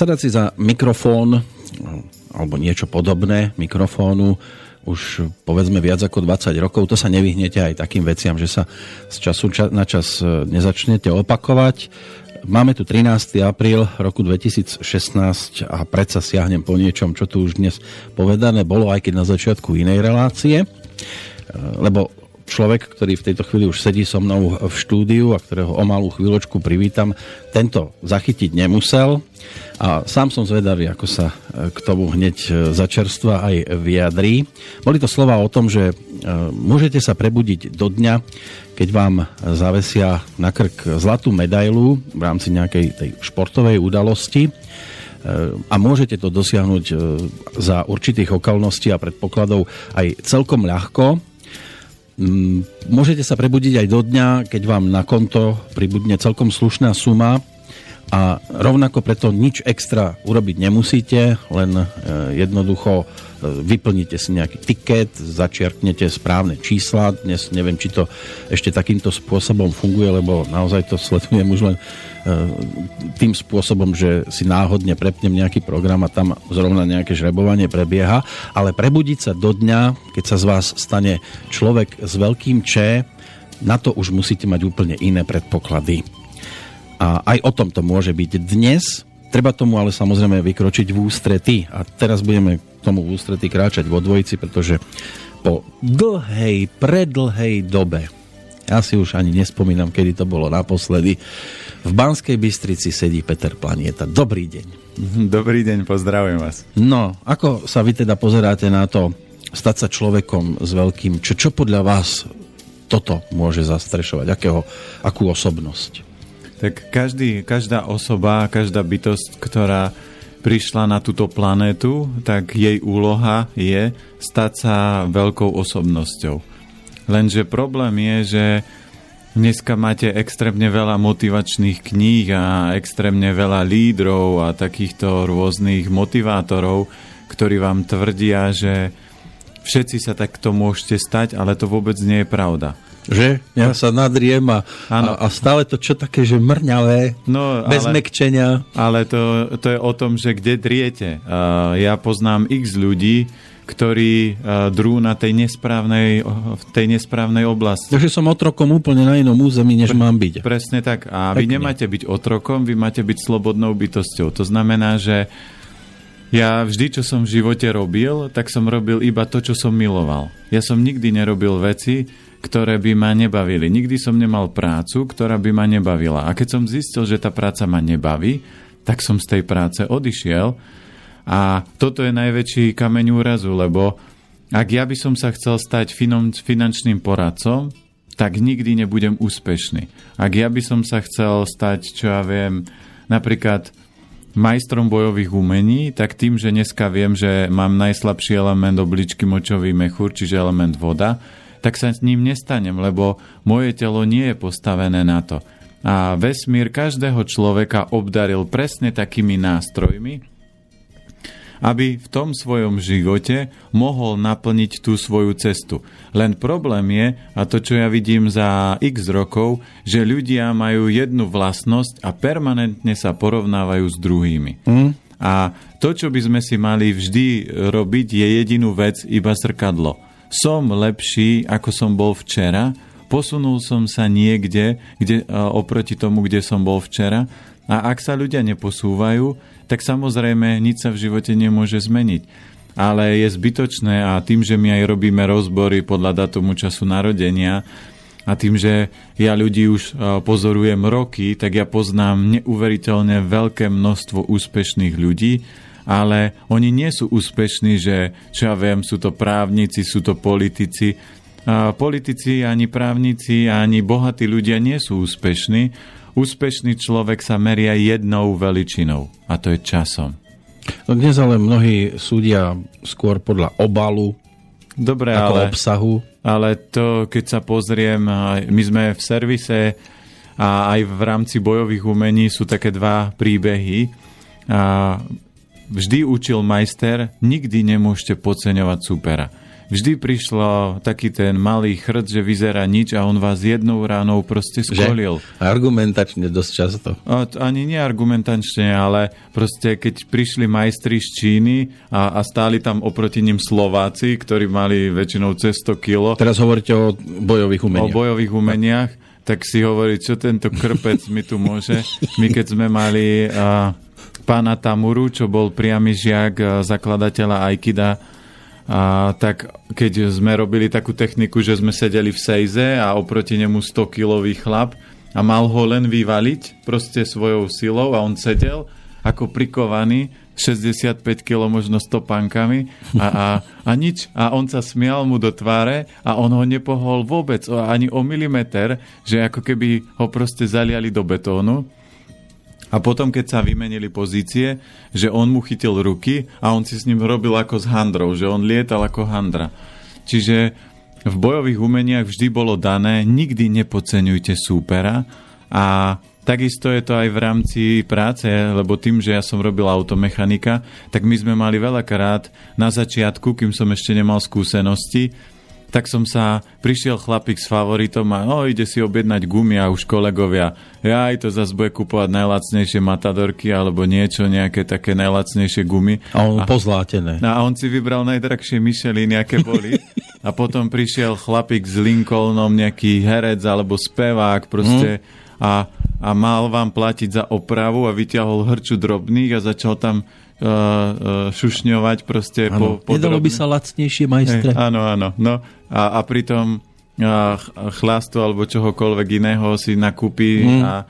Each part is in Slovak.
Sadať si za mikrofón alebo niečo podobné mikrofónu už povedzme viac ako 20 rokov, to sa nevyhnete aj takým veciam, že sa z času na čas nezačnete opakovať. Máme tu 13. apríl roku 2016 a predsa siahnem po niečom, čo tu už dnes povedané bolo, aj keď na začiatku inej relácie, lebo človek, ktorý v tejto chvíli už sedí so mnou v štúdiu a ktorého o malú chvíľočku privítam, tento zachytiť nemusel a sám som zvedavý, ako sa k tomu hneď začerstva aj vyjadrí. Boli to slova o tom, že môžete sa prebudiť do dňa, keď vám zavesia na krk zlatú medailu v rámci nejakej tej športovej udalosti a môžete to dosiahnuť za určitých okolností a predpokladov aj celkom ľahko. Môžete sa prebudiť aj do dňa, keď vám na konto pribudne celkom slušná suma a rovnako preto nič extra urobiť nemusíte, len jednoducho vyplníte si nejaký tiket, začiarknete správne čísla. Dnes neviem, či to ešte takýmto spôsobom funguje, lebo naozaj to sledujem už len tým spôsobom, že si náhodne prepnem nejaký program a tam zrovna nejaké žrebovanie prebieha, ale prebudiť sa do dňa, keď sa z vás stane človek s veľkým Č, na to už musíte mať úplne iné predpoklady. A aj o tom to môže byť dnes. Treba tomu ale samozrejme vykročiť v ústrety a teraz budeme tomu v ústrety kráčať vo dvojici, pretože po predlhej dobe, ja si už ani nespomínam, kedy to bolo naposledy, v Banskej Bystrici sedí Peter Planieta. Dobrý deň. Dobrý deň, pozdravujem vás. No, ako sa vy teda pozeráte na to stať sa človekom s veľkým čo podľa vás toto môže zastrešovať? Akú osobnosť? Tak každá osoba, každá bytosť, ktorá prišla na túto planétu, tak jej úloha je stať sa veľkou osobnosťou. Lenže problém je, že dneska máte extrémne veľa motivačných kníh a extrémne veľa lídrov a takýchto rôznych motivátorov, ktorí vám tvrdia, že všetci sa takto môžete stať, ale to vôbec nie je pravda. Že? Ja sa nadriem a stále to čo také, že mrňavé, bez mekčenia. Ale to je o tom, že kde driete. Ja poznám x ľudí, ktorí drú na tej nesprávnej oblasti. Takže som otrokom úplne na inom území, než mám byť. Presne tak. A vy nemáte byť otrokom, vy máte byť slobodnou bytosťou. To znamená, že ja vždy, čo som v živote robil, tak som robil iba to, čo som miloval. Ja som nikdy nerobil veci, ktoré by ma nebavili. Nikdy som nemal prácu, ktorá by ma nebavila. A keď som zistil, že tá práca ma nebaví, tak som z tej práce odišiel. A toto je najväčší kameň úrazu, lebo ak ja by som sa chcel stať finančným poradcom, tak nikdy nebudem úspešný. Ak ja by som sa chcel stať, napríklad majstrom bojových umení, tak tým, že dneska viem, že mám najslabší element obličky močový mechúr, čiže element voda, tak sa s ním nestanem, lebo moje telo nie je postavené na to. A vesmír každého človeka obdaril presne takými nástrojmi, aby v tom svojom živote mohol naplniť tú svoju cestu. Len problém je, a to, čo ja vidím za x rokov, že ľudia majú jednu vlastnosť a permanentne sa porovnávajú s druhými. A to, čo by sme si mali vždy robiť, je jedinú vec, iba zrkadlo. Som lepší, ako som bol včera, posunul som sa niekde, oproti tomu, kde som bol včera, a ak sa ľudia neposúvajú, tak samozrejme nič sa v živote nemôže zmeniť. Ale je zbytočné a tým, že my aj robíme rozbory podľa datumu času narodenia a tým, že ja ľudí už pozorujem roky, tak ja poznám neuveriteľne veľké množstvo úspešných ľudí, ale oni nie sú úspešní, že sú to právnici, sú to politici. Politici, ani právnici, ani bohatí ľudia nie sú úspešní. Úspešný človek sa meria jednou veličinou a to je časom. No dnes ale mnohí súdia skôr podľa obalu, dobre, ako obsahu. Ale to, keď sa pozriem, my sme v servise a aj v rámci bojových umení sú také dva príbehy. Vždy učil majster, nikdy nemôžete podceňovať supera. vždy prišlo taký ten malý chrt, že vyzerá nič a on vás jednou ránou proste skolil. Argumentačne dosť často. Ani nie argumentačne, ale proste keď prišli majstri z Číny a stáli tam oproti nim Slováci, ktorí mali väčšinou cez 100 kilo. Teraz hovoríte o bojových umeniach. O bojových umeniach, tak si hovorí, čo tento krpec mi tu môže. My keď sme mali pána Tamuru, čo bol priamy žiak zakladateľa Aikida, tak keď sme robili takú techniku, že sme sedeli v sejze a oproti nemu 100-kilový chlap a mal ho len vyvaliť proste svojou silou a on sedel ako prikovaný 65 kg možno stopánkami a nič. A on sa smial mu do tváre a on ho nepohol vôbec ani o milimeter, že ako keby ho proste zaliali do betónu. A potom, keď sa vymenili pozície, že on mu chytil ruky a on si s ním robil ako s handrou, že on lietal ako handra. Čiže v bojových umeniach vždy bolo dané, nikdy nepodceňujte súpera a takisto je to aj v rámci práce, lebo tým, že ja som robil automechanika, tak my sme mali veľakrát na začiatku, kým som ešte nemal skúsenosti, tak prišiel chlapík s favoritom a ide si objednať gumy a už kolegovia, to zase bude kupovať najlacnejšie matadorky alebo niečo, nejaké také najlacnejšie gumy. A on pozlátené. A on si vybral najdrahšie Michelin, aké boli. A potom prišiel chlapík s Lincolnom, nejaký herec alebo spevák proste a mal vám platiť za opravu a vyťahol hrču drobných a začal tam šušňovať proste nedalo by sa lacnejšie, majstre. Áno. No, a pritom chlastu alebo čohokoľvek iného si nakúpi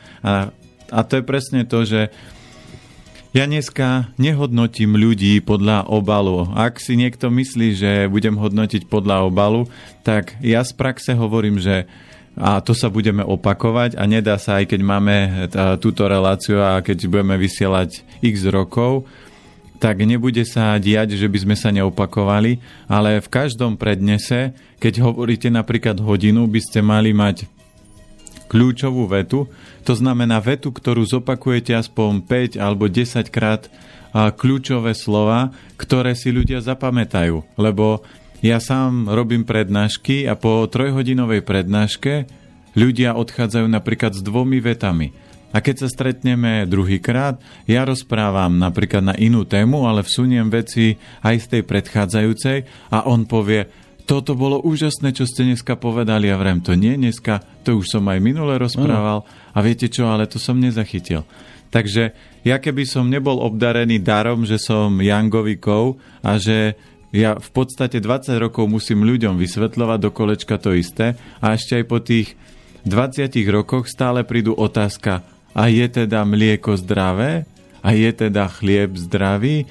a to je presne to, že ja dneska nehodnotím ľudí podľa obalu. Ak si niekto myslí, že budem hodnotiť podľa obalu, tak ja z praxe hovorím, že a to sa budeme opakovať a nedá sa, aj keď máme túto reláciu a keď budeme vysielať x rokov, tak nebude sa diať, že by sme sa neopakovali, ale v každom prednese, keď hovoríte napríklad hodinu, by ste mali mať kľúčovú vetu, to znamená vetu, ktorú zopakujete aspoň 5 alebo 10 krát kľúčové slova, ktoré si ľudia zapamätajú, lebo ja sám robím prednášky a po 3-hodinovej prednáške ľudia odchádzajú napríklad s 2 vetami. A keď sa stretneme druhýkrát, ja rozprávam napríklad na inú tému, ale vsuniem veci aj z tej predchádzajúcej a on povie, toto bolo úžasné, čo ste dneska povedali. A vrem, to nie dneska, to už som aj minule rozprával a viete čo, ale to som nezachytil. Takže ja keby som nebol obdarený darom, že som Jangovikov a že ja v podstate 20 rokov musím ľuďom vysvetľovať do kolečka to isté a ešte aj po tých 20 rokoch stále prídu otázka, a je teda mlieko zdravé? A je teda chlieb zdravý?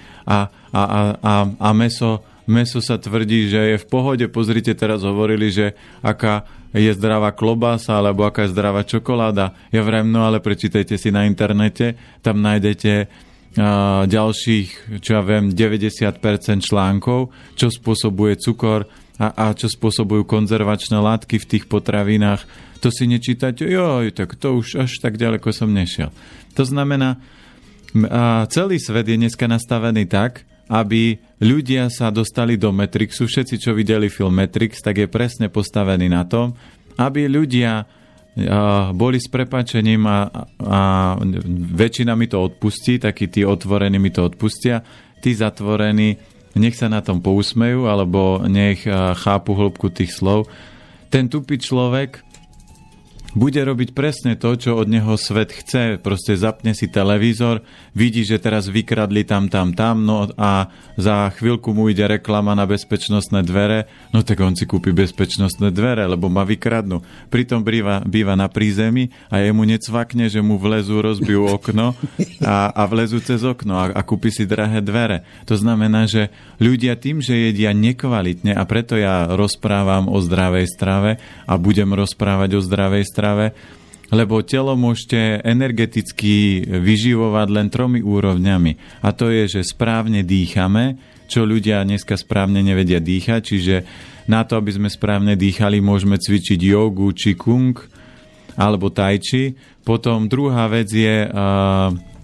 A meso sa tvrdí, že je v pohode. Pozrite, teraz hovorili, že aká je zdravá klobása, alebo aká je zdravá čokoláda. Ja vrem, ale prečítajte si na internete, tam nájdete ďalších, čo ja viem, 90% článkov, čo spôsobuje cukor a čo spôsobujú konzervačné látky v tých potravinách. To si nečítate, tak to už až tak ďaleko som nešiel. To znamená, celý svet je dneska nastavený tak, aby ľudia sa dostali do Matrixu. Všetci, čo videli film Matrix, tak je presne postavený na tom, aby ľudia boli s prepáčením a väčšina mi to odpustí, takí tí otvorení mi to odpustia, tí zatvorení nech sa na tom pousmejú alebo nech chápu hĺbku tých slov. Ten tupý človek bude robiť presne to, čo od neho svet chce. Proste zapne si televízor, vidí, že teraz vykradli tam, no a za chvíľku mu ide reklama na bezpečnostné dvere, no tak on si kúpi bezpečnostné dvere, lebo ma vykradnú. Pritom býva na prízemí a jemu necvakne, že mu vlezú, rozbijú okno a vlezú cez okno a kúpi si drahé dvere. To znamená, že ľudia tým, že jedia nekvalitne a preto ja rozprávam o zdravej strave a budem rozprávať o zdravej strave, lebo telo môžete energeticky vyživovať len 3 úrovňami. A to je, že správne dýchame, čo ľudia dneska správne nevedia dýchať, čiže na to, aby sme správne dýchali, môžeme cvičiť jogu, qigong alebo tai chi. Potom druhá vec je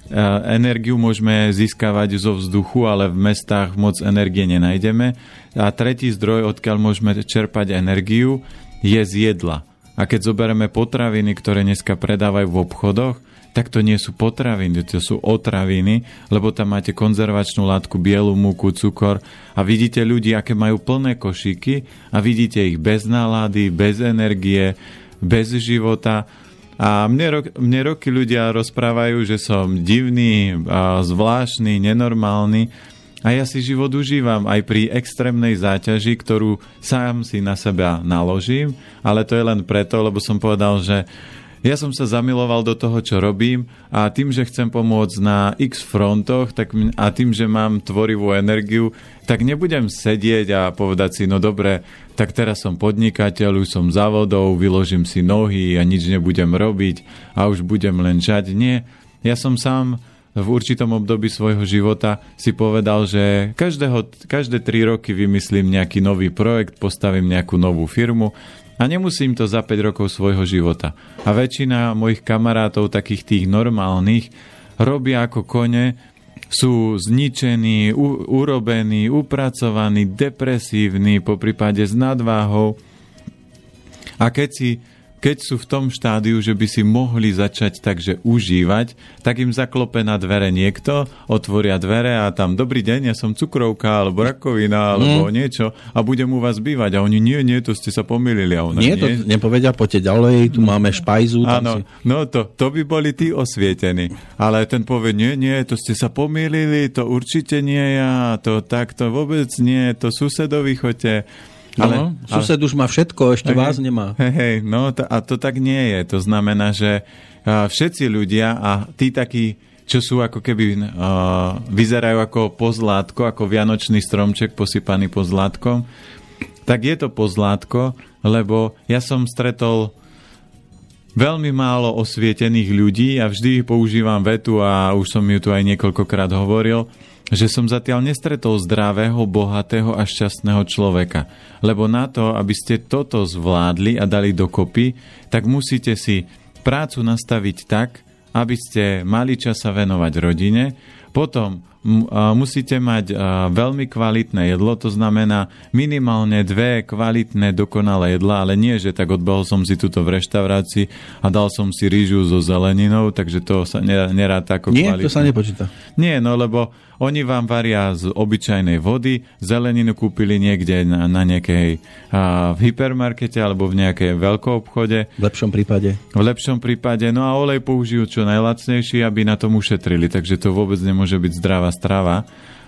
energiu môžeme získavať zo vzduchu, ale v mestách moc energie nenájdeme. A tretí zdroj, odkiaľ môžeme čerpať energiu, je z jedla. A keď zoberieme potraviny, ktoré dneska predávajú v obchodoch, tak to nie sú potraviny, to sú otraviny, lebo tam máte konzervačnú látku, bielu múku, cukor a vidíte ľudí, aké majú plné košíky a vidíte ich bez nálady, bez energie, bez života. A mne roky ľudia rozprávajú, že som divný, zvláštny, nenormálny a ja si život užívam aj pri extrémnej záťaži, ktorú sám si na seba naložím, ale to je len preto, lebo som povedal, že ja som sa zamiloval do toho, čo robím a tým, že chcem pomôcť na X frontoch a tým, že mám tvorivú energiu, tak nebudem sedieť a povedať si, no dobre, tak teraz som podnikateľ, už som za vodou, vyložím si nohy a nič nebudem robiť a už budem len žať. Nie, ja som sám v určitom období svojho života si povedal, že každé 3 roky vymyslím nejaký nový projekt, postavím nejakú novú firmu a nemusím to za 5 rokov svojho života. A väčšina mojich kamarátov, takých tých normálnych, robia ako kone, sú zničení, urobení, upracovaní, depresívni, poprípade s nadváhou. A keď sú v tom štádiu, že by si mohli začať takže užívať, tak im zaklope na dvere niekto, otvoria dvere a tam dobrý deň, ja som cukrovka, alebo rakovina, alebo niečo a budem u vás bývať. A oni, nie, to ste sa pomýlili. A ona, nie, to nepovedia, poďte ďalej, tu máme špajzu. Áno, no to by boli tí osvietení. Ale ten povie, nie, to ste sa pomýlili, to určite nie ja, to takto vôbec nie, to susedovi choďte. Ale sused už má všetko, ešte vás nemá. A to tak nie je. To znamená, že všetci ľudia a tí takí, čo sú ako keby vyzerajú ako pozlátko, ako vianočný stromček posypaný pozlátkom, tak je to pozlátko, lebo ja som stretol veľmi málo osvietených ľudí a vždy používam vetu a už som ju tu aj niekoľkokrát hovoril, že som zatiaľ nestretol zdravého, bohatého a šťastného človeka. Lebo na to, aby ste toto zvládli a dali dokopy, tak musíte si prácu nastaviť tak, aby ste mali čas sa venovať rodine. Potom musíte mať veľmi kvalitné jedlo, to znamená minimálne 2 kvalitné, dokonalé jedlá, ale nie, že tak odbehol som si tuto v reštaurácii a dal som si rýžu so zeleninou, takže to sa neráta ako kvalitné. Nie, to sa nepočíta. Nie, no lebo oni vám varia z obyčajnej vody, zeleninu kúpili niekde na nejakej v hypermarkete alebo v nejakej veľkoobchode. V lepšom prípade. V lepšom prípade, no a olej použijú čo najlacnejší, aby na tom ušetrili, takže to vôbec nemôže byť zdravá strava.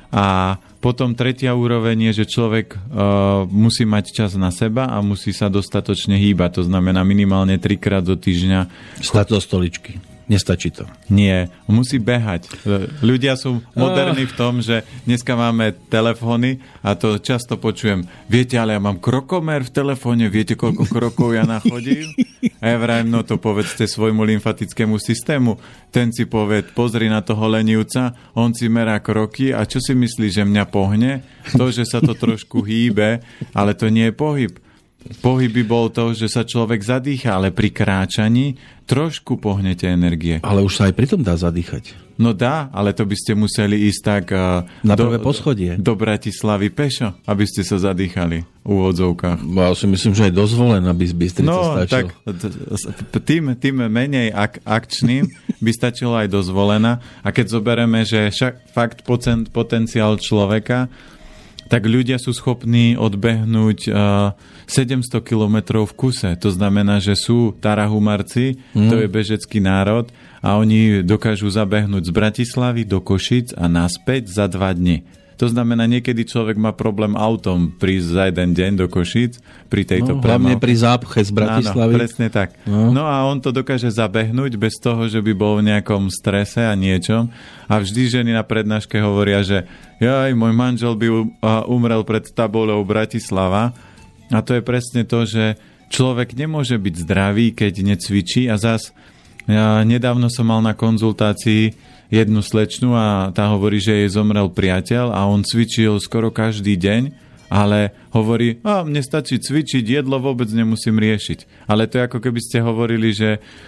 A potom tretia úroveň je, že človek musí mať čas na seba a musí sa dostatočne hýbať, to znamená minimálne 3-krát do týždňa. Stať do stoličky. Nestačí to. Nie, musí behať. Ľudia sú moderní v tom, že dneska máme telefóny a to často počujem. Viete, ale ja mám krokomer v telefóne, viete, koľko krokov ja nachodím? A ja vrajím, no to povedzte svojmu lymfatickému systému. Ten si povie, pozri na toho lenivca, on si merá kroky a čo si myslí, že mňa pohne? To, že sa to trošku hýbe, ale to nie je pohyb. Pohyb by bol to, že sa človek zadýcha, ale pri kráčaní trošku pohnete energie. Ale už sa aj pritom dá zadýchať. No dá, ale to by ste museli ísť tak na prvé poschodie do Bratislavy pešo, aby ste sa zadýchali v úvodzovkách. Ja si myslím, že aj dozvolen, aby z Bystrice stačil. Tak tým menej akčným by stačilo aj dozvolená. A keď zoberieme, že fakt potenciál človeka, tak ľudia sú schopní odbehnúť 700 kilometrov v kuse. To znamená, že sú tarahumarci, to je bežecký národ a oni dokážu zabehnúť z Bratislavy do Košic a naspäť za 2 dni. To znamená, niekedy človek má problém autom prísť za jeden deň do Košíc pri tejto hlavne pri zápche z Bratislavy. Áno, presne tak. No a on to dokáže zabehnúť bez toho, že by bol v nejakom strese a niečom. A vždy ženy na prednáške hovoria, že môj manžel by umrel pred tabuľou Bratislava. A to je presne to, že človek nemôže byť zdravý, keď necvičí. A zas nedávno som mal na konzultácii jednu slečnu a tá hovorí, že jej zomrel priateľ a on cvičil skoro každý deň, ale hovorí, mne stačí cvičiť, jedlo vôbec nemusím riešiť. Ale to je ako keby ste hovorili, že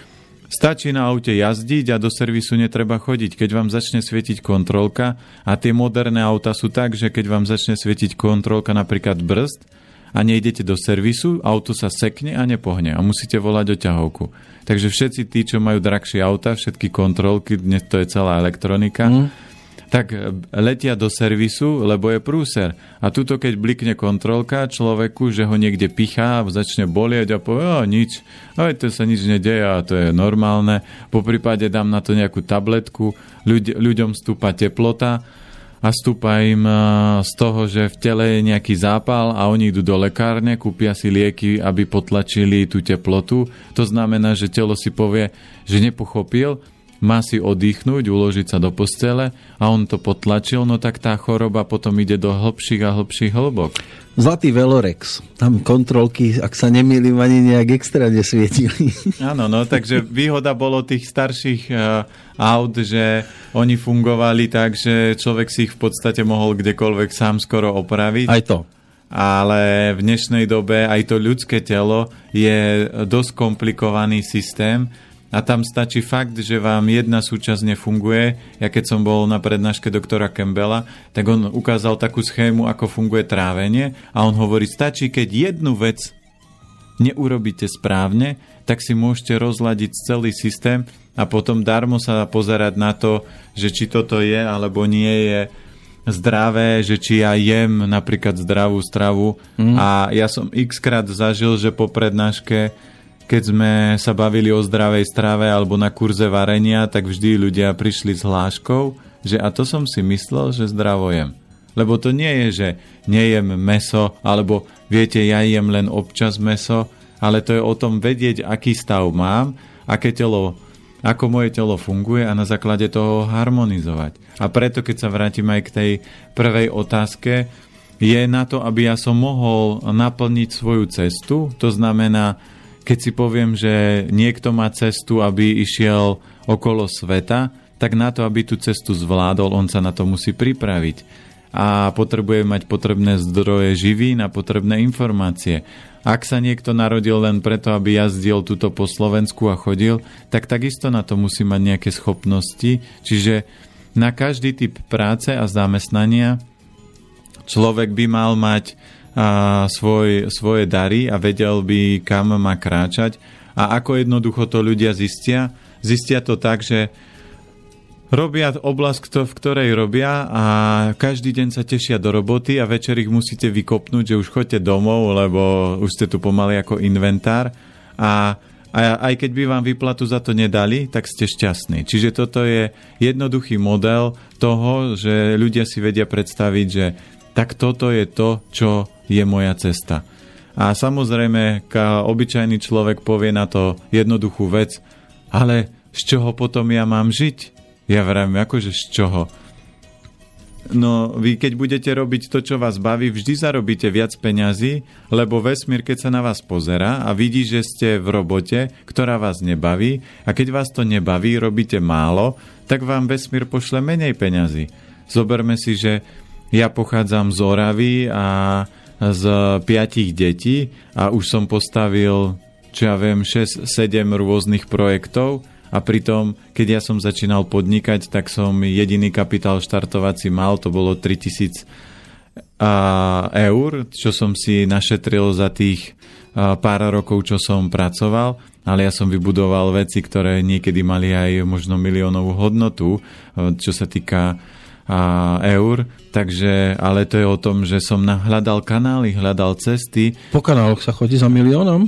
Stačí na aute jazdiť a do servisu netreba chodiť. Keď vám začne svietiť kontrolka, a tie moderné auta sú tak, že keď vám začne svietiť kontrolka napríklad brzd a nejdete do servisu, auto sa sekne a nepohne a musíte volať o ťahovku. Takže všetci tí, čo majú drahšie auta, všetky kontrolky, dnes to je celá elektronika, tak letia do servisu, lebo je prúser. A tuto, keď blikne kontrolka človeku, že ho niekde pichá a začne bolieť a povie, nič, to sa nič nedeje a to je normálne. Po prípade dám na to nejakú tabletku, ľuďom stúpa teplota a stúpa im z toho, že v tele je nejaký zápal a oni idú do lekárne, kúpia si lieky, aby potlačili tú teplotu. To znamená, že telo si povie, že nepochopil, má si oddychnúť, uložiť sa do postele a on to potlačil, no tak tá choroba potom ide do hlbších a hlbších hlbok. Zlatý Velorex, tam kontrolky, ak sa nemýlim, ani nejak extra nesvietili. Áno, takže výhoda bolo tých starších aut, že oni fungovali tak, že človek si ich v podstate mohol kdekoľvek sám skoro opraviť. Aj to. Ale v dnešnej dobe aj to ľudské telo je dosť komplikovaný systém, a tam stačí fakt, že vám jedna súčasť nefunguje. Ja keď som bol na prednáške doktora Campbella, tak on ukázal takú schému, ako funguje trávenie a on hovorí, stačí, keď jednu vec neurobíte správne, tak si môžete rozladiť celý systém a potom darmo sa pozerať na to, že či toto je alebo nie je zdravé, že či ja jem napríklad zdravú stravu. A ja som x-krát zažil, že po prednáške, keď sme sa bavili o zdravej strave alebo na kurze varenia, tak vždy ľudia prišli s hláškou, že a to som si myslel, že zdravo jem. Lebo to nie je, že nejem mäso, alebo viete, ja jem len občas mäso, ale to je o tom vedieť, aký stav mám, ako moje telo funguje a na základe toho harmonizovať. A preto, keď sa vrátim aj k tej prvej otázke, je na to, aby ja som mohol naplniť svoju cestu, to znamená, keď si poviem, že niekto má cestu, aby išiel okolo sveta, tak na to, aby tú cestu zvládol, on sa na to musí pripraviť. A potrebuje mať potrebné zdroje živín a potrebné informácie. Ak sa niekto narodil len preto, aby jazdil túto po Slovensku a chodil, tak takisto na to musí mať nejaké schopnosti. Čiže na každý typ práce a zamestnania človek by mal mať svoje dary a vedel by, kam má kráčať. A ako jednoducho to ľudia zistia? Zistia to tak, že robia oblasť, v ktorej robia a každý deň sa tešia do roboty a večer ich musíte vykopnúť, že už choďte domov, lebo už ste tu pomaly ako inventár a aj keď by vám výplatu za to nedali, tak ste šťastní. Čiže toto je jednoduchý model toho, že ľudia si vedia predstaviť, že tak toto je to, čo je moja cesta. A samozrejme, obyčajný človek povie na to jednoduchú vec, ale z čoho potom ja mám žiť? Ja vravím, akože z čoho? No, vy keď budete robiť to, čo vás baví, vždy zarobíte viac peňazí, lebo vesmír, keď sa na vás pozerá a vidí, že ste v robote, ktorá vás nebaví, a keď vás to nebaví, robíte málo, tak vám vesmír pošle menej peňazí. Zoberme si, že ja pochádzam z Oravy a z 5 detí a už som postavil, 6-7 rôznych projektov a pritom, keď ja som začínal podnikať, tak som jediný kapitál štartovací mal, to bolo 3000 eur, čo som si našetril za tých pár rokov, čo som pracoval, ale ja som vybudoval veci, ktoré niekedy mali aj možno miliónovú hodnotu, čo sa týka eur, takže, ale to je o tom, že som hľadal kanály, hľadal cesty. Po kanáloch sa chodí za miliónom?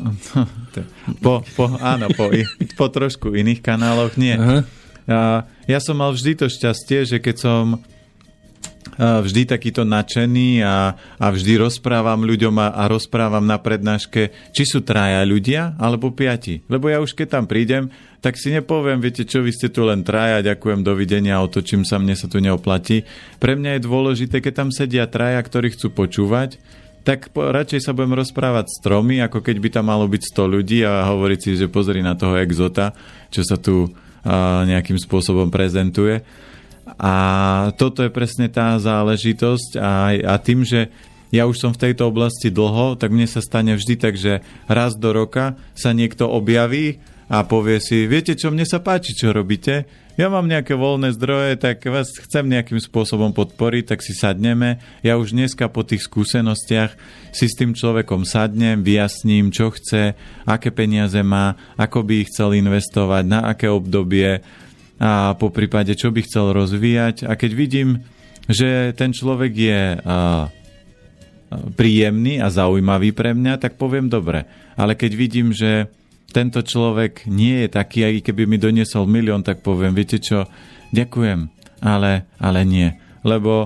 Áno, po trošku iných kanáloch nie. Ja som mal vždy to šťastie, že keď som vždy takýto nadšený a vždy rozprávam ľuďom a rozprávam na prednáške, či sú 3 ľudia alebo 5. Lebo ja už keď tam prídem, tak si nepoviem, viete čo, vy ste tu len 3, ďakujem, dovidenia, otočím sa, mne sa tu neoplatí. Pre mňa je dôležité, keď tam sedia 3, ktorí chcú počúvať, tak radšej sa budem rozprávať s 3, ako keď by tam malo byť 100 ľudí a hovoriť si, že pozri na toho exota, čo sa tu nejakým spôsobom prezentuje. A toto je presne tá záležitosť a tým, že ja už som v tejto oblasti dlho, tak mne sa stane vždy tak, že raz do roka sa niekto objaví a povie si, viete čo, mne sa páči, čo robíte, ja mám nejaké voľné zdroje, tak vás chcem nejakým spôsobom podporiť, tak si sadneme. Ja už dneska po tých skúsenostiach si s tým človekom sadnem, vyjasním, čo chce, aké peniaze má, ako by ich chcel investovať, na aké obdobie a po prípade, čo by chcel rozvíjať. A keď vidím, že ten človek je príjemný a zaujímavý pre mňa, tak poviem dobre. Ale keď vidím, že tento človek nie je taký, aj keby mi doniesol 1 000 000, tak poviem, viete čo, ďakujem, ale nie. Lebo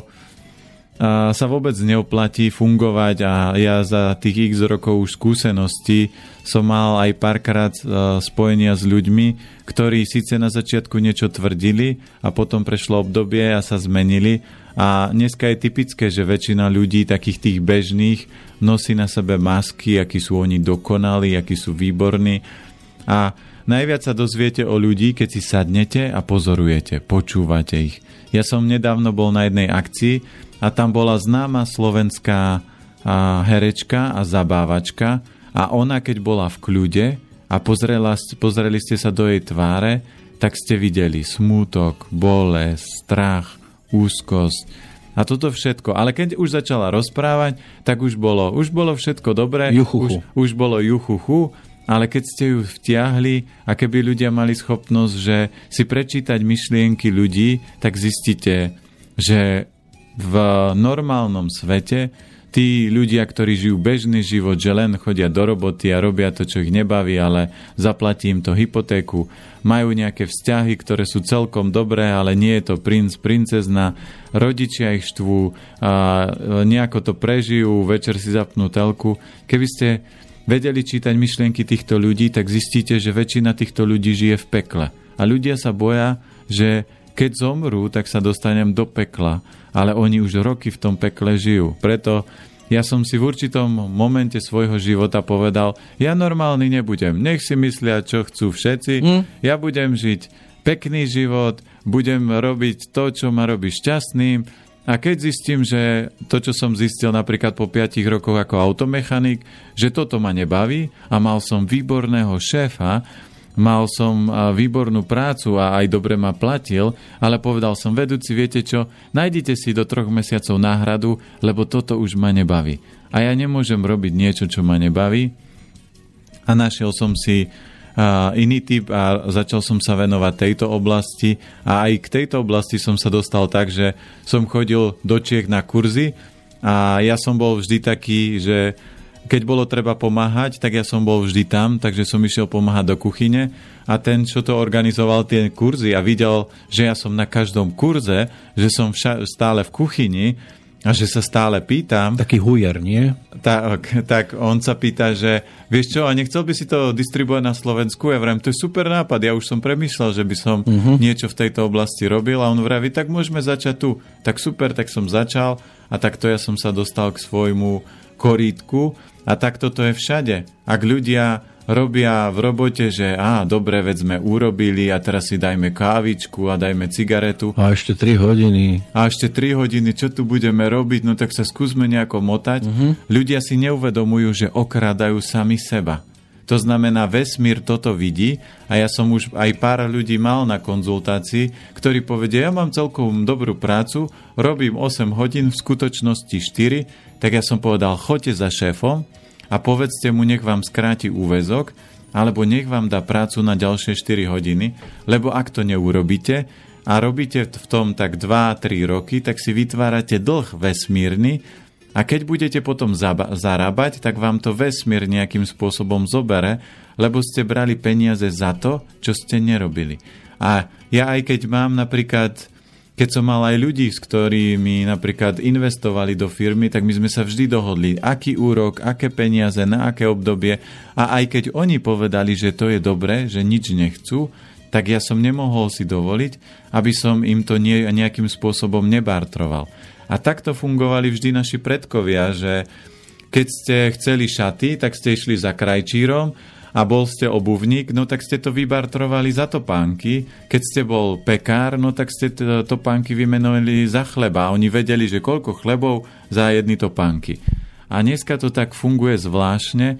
sa vôbec neoplatí fungovať a ja za tých x rokov už skúseností som mal aj párkrát spojenia s ľuďmi, ktorí síce na začiatku niečo tvrdili a potom prešlo obdobie a sa zmenili. A dneska je typické, že väčšina ľudí, takých tých bežných, nosí na sebe masky, akí sú oni dokonalí, akí sú výborní. A najviac sa dozviete o ľudí, keď si sadnete a pozorujete, počúvate ich. Ja som nedávno bol na jednej akcii a tam bola známa slovenská herečka a zabávačka a ona, keď bola v kľude a pozreli ste sa do jej tváre, tak ste videli smútok, bolesť, strach, úzkosť a toto všetko. Ale keď už začala rozprávať, tak už bolo všetko dobré. Už bolo juchuchu, ale keď ste ju vtiahli a keby ľudia mali schopnosť, že si prečítať myšlienky ľudí, tak zistíte, že v normálnom svete tí ľudia, ktorí žijú bežný život, že len chodia do roboty a robia to, čo ich nebaví, ale zaplatí im to hypotéku, majú nejaké vzťahy, ktoré sú celkom dobré, ale nie je to princ, princezna, rodičia ich štvú, a nejako to prežijú, večer si zapnú telku. Keby ste vedeli čítať myšlienky týchto ľudí, tak zistíte, že väčšina týchto ľudí žije v pekle. A ľudia sa boja, že keď zomrú, tak sa dostanem do pekla, ale oni už roky v tom pekle žijú. Preto ja som si v určitom momente svojho života povedal, ja normálny nebudem, nech si myslia, čo chcú všetci, ja budem žiť pekný život, budem robiť to, čo ma robí šťastným a keď zistím, že to, čo som zistil napríklad po 5 rokoch ako automechanik, že toto ma nebaví a mal som výborného šéfa, mal som výbornú prácu a aj dobre ma platil, ale povedal som, vedúci, viete čo, nájdite si do 3 mesiacov náhradu, lebo toto už ma nebaví. A ja nemôžem robiť niečo, čo ma nebaví. A našiel som si iný typ a začal som sa venovať tejto oblasti. A aj k tejto oblasti som sa dostal tak, že som chodil do Čiech na kurzy a ja som bol vždy taký, že keď bolo treba pomáhať, tak ja som bol vždy tam, takže som išiel pomáhať do kuchyne a ten, čo to organizoval tie kurzy a videl, že ja som na každom kurze, že som stále v kuchyni a že sa stále pýtam. Taký hujer, nie? Tak on sa pýta, že vieš čo, a nechcel by si to distribuovať na Slovensku? Ja vrem, to je super nápad, ja už som premýšľal, že by som niečo v tejto oblasti robil a on vraví, tak môžeme začať tu. Tak super, tak som začal a takto ja som sa dostal k svojmu korítku. A takto to je všade. Ak ľudia robia v robote, že dobre, veď sme urobili a teraz si dajme kávičku a dajme cigaretu. A ešte 3 hodiny. Čo tu budeme robiť? No tak sa skúsme nejako motať. Ľudia si neuvedomujú, že okrádajú sami seba. To znamená, vesmír toto vidí a ja som už aj pár ľudí mal na konzultácii, ktorí povedia, ja mám celkom dobrú prácu, robím 8 hodín, v skutočnosti 4, tak ja som povedal, choďte za šéfom a povedzte mu, nech vám skráti úväzok, alebo nech vám dá prácu na ďalšie 4 hodiny, lebo ak to neurobíte a robíte v tom tak 2-3 roky, tak si vytvárate dlh vesmírny a keď budete potom zarábať, tak vám to vesmír nejakým spôsobom zobere, lebo ste brali peniaze za to, čo ste nerobili. A ja aj keď mám napríklad, keď som mal aj ľudí, s ktorými napríklad investovali do firmy, tak my sme sa vždy dohodli, aký úrok, aké peniaze, na aké obdobie. A aj keď oni povedali, že to je dobré, že nič nechcú, tak ja som nemohol si dovoliť, aby som im to nejakým spôsobom nebartroval. A takto fungovali vždy naši predkovia, že keď ste chceli šaty, tak ste išli za krajčírom a bol ste obuvník, no tak ste to vybartrovali za topánky. Keď ste bol pekár, no tak ste topánky vymenovali za chleba. Oni vedeli, že koľko chlebov za jedny topánky. A dneska to tak funguje zvláštne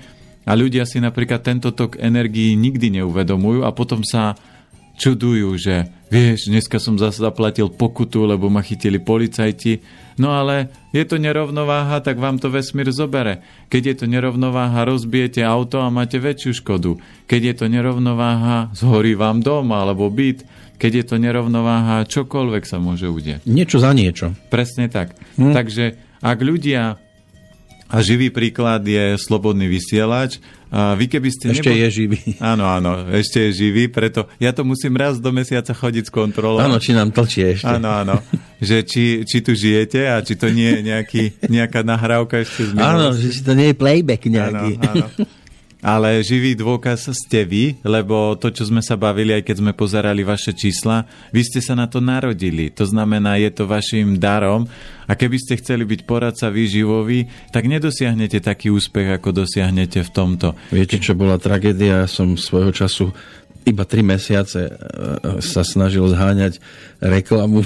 A ľudia si napríklad tento tok energií nikdy neuvedomujú a potom sa čudujú, že vieš, dneska som zase zaplatil pokutu, lebo ma chytili policajti. No ale je to nerovnováha, tak vám to vesmír zobere. Keď je to nerovnováha, rozbijete auto a máte väčšiu škodu. Keď je to nerovnováha, zhorí vám dom alebo byt. Keď je to nerovnováha, čokoľvek sa môže udiať. Niečo za niečo. Presne tak. Takže ak ľudia, a živý príklad je Slobodný vysielač, a vy keby ste ešte je živý. Áno, ešte je živý, preto ja to musím raz do mesiaca chodiť s kontrolou. Áno, či nám tlčie ešte. Áno. Že či tu žijete a či to nie je nejaká nahrávka ešte z minulosti. Áno, že či to nie je playback nejaký. Áno. Ale živý dôkaz ste vy, lebo to, čo sme sa bavili, aj keď sme pozerali vaše čísla, vy ste sa na to narodili. To znamená, je to vašim darom. A keby ste chceli byť poradca výživový, tak nedosiahnete taký úspech, ako dosiahnete v tomto. Viete, čo bola tragédia? Ja som svojho času iba 3 mesiace sa snažil zháňať reklamu.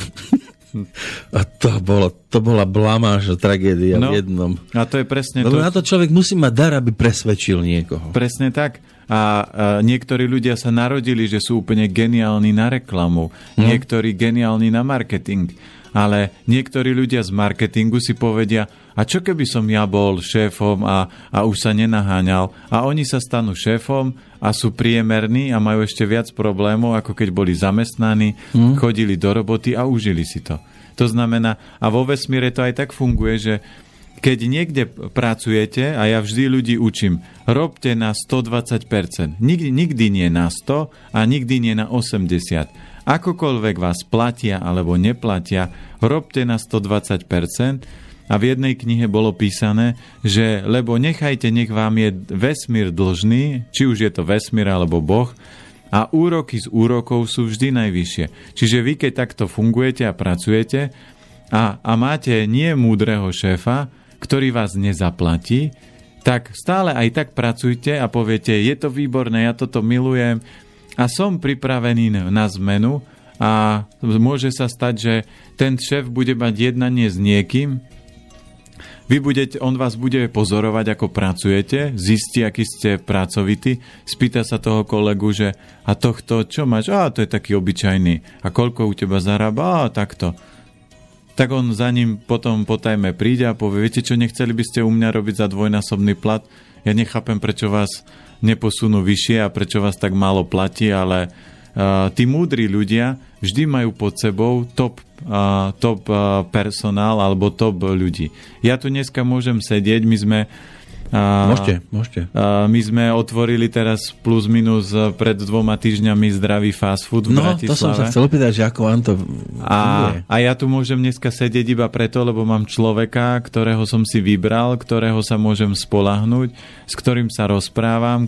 A to bola blamáž a tragédia v jednom. A to je presne to. Na to človek musí mať dar, aby presvedčil niekoho. Presne tak. A niektorí ľudia sa narodili, že sú úplne geniálni na reklamu. Niektorí geniálni na marketing. Ale niektorí ľudia z marketingu si povedia, a čo keby som ja bol šéfom a už sa nenaháňal? A oni sa stanú šéfom a sú priemerní a majú ešte viac problémov, ako keď boli zamestnaní, chodili do roboty a užili si to. To znamená, a vo vesmíre to aj tak funguje, že keď niekde pracujete, a ja vždy ľudí učím, robte na 120%. Nikdy nie na 100 a nikdy nie na 80%. Akokoľvek vás platia alebo neplatia, robte na 120%. A v jednej knihe bolo písané, že lebo nech vám je vesmír dlžný, či už je to vesmír alebo Boh, a úroky z úrokov sú vždy najvyššie. Čiže vy, keď takto fungujete a pracujete a máte nie múdreho šéfa, ktorý vás nezaplatí, tak stále aj tak pracujte a poviete, je to výborné, ja toto milujem a som pripravený na zmenu a môže sa stať, že ten šéf bude mať jednanie s niekým, on vás bude pozorovať, ako pracujete, zistí, aký ste pracovití, spýta sa toho kolegu, že a tohto, čo máš? To je taký obyčajný. A koľko u teba zarába? Takto. Tak on za ním potom po tajme príde a povie, viete čo, nechceli by ste u mňa robiť za dvojnásobný plat? Ja nechápem, prečo vás neposunú vyššie a prečo vás tak málo platí, ale tí múdri ľudia vždy majú pod sebou top personál alebo top ľudí. Ja tu dneska môžem sedieť, my sme Môžete. My sme otvorili teraz plus minus pred 2 týždňami zdravý fast food v Bratislave. To som sa chcel opýtať, že ako vám to funguje. A ja tu môžem dneska sedieť iba preto, lebo mám človeka, ktorého som si vybral, ktorého sa môžem spoľahnúť, s ktorým sa rozprávam,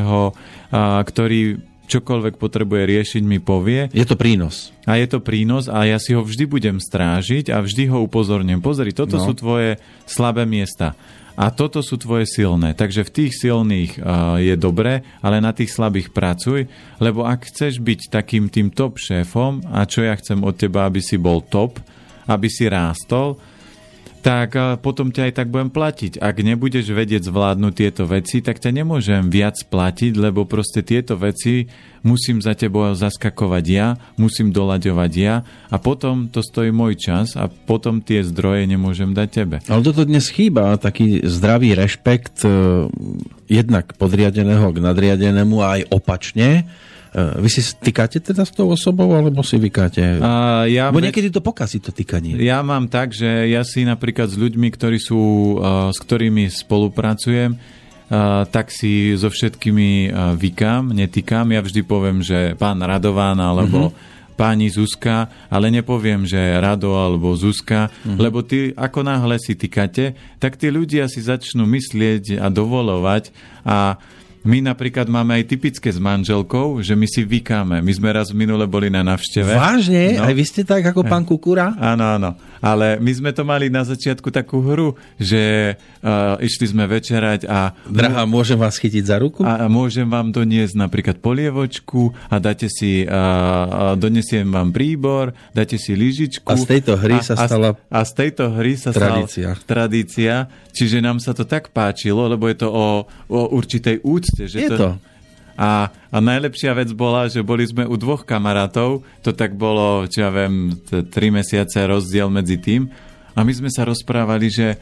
ktorý čokoľvek potrebuje riešiť, mi povie. Je to prínos. A je to prínos a ja si ho vždy budem strážiť a vždy ho upozorním. Pozri, toto sú tvoje slabé miesta. A toto sú tvoje silné. Takže v tých silných je dobre, ale na tých slabých pracuj, lebo ak chceš byť takým tým top šéfom, a čo ja chcem od teba, aby si bol top, aby si rástol, tak potom ťa aj tak budem platiť. Ak nebudeš vedieť zvládnuť tieto veci, tak ťa nemôžem viac platiť, lebo proste tieto veci musím za tebou zaskakovať ja, musím doľaďovať ja a potom to stojí môj čas a potom tie zdroje nemôžem dať tebe. Ale toto dnes chýba, taký zdravý rešpekt jednak podriadeného k nadriadenému a aj opačne. Vy si tykate teda s tou osobou, alebo si vykáte? Bo niekedy to pokazí, to tykanie. Ja mám tak, že ja si napríklad s ľuďmi, s ktorými spolupracujem, tak si so všetkými vykám, netykám. Ja vždy poviem, že pán Radován, alebo pani Zuzka, ale nepoviem, že Rado alebo Zuzka, lebo ty, ako náhle si tykate, tak tí ľudia si začnú myslieť a dovolovať a My napríklad máme aj typické s manželkou, že my si vykáme. My sme raz minule boli na návšteve. Vážne? No. Aj vy ste tak ako pán Kukura? Áno, áno. Ale my sme to mali na začiatku takú hru, že išli sme večerať a... Drahá, môžem vás chytiť za ruku? A môžem vám doniesť napríklad polievočku a dáte si... donesiem vám príbor, dáte si lyžičku. A z tejto hry sa stala... A z tejto hry sa tradícia. Stala tradícia. Čiže nám sa to tak páčilo, lebo je to o určitej úcte. Že je to. A najlepšia vec bola, že boli sme u 2 kamarátov, to tak bolo, čo ja viem, 3 mesiace rozdiel medzi tým. A my sme sa rozprávali, že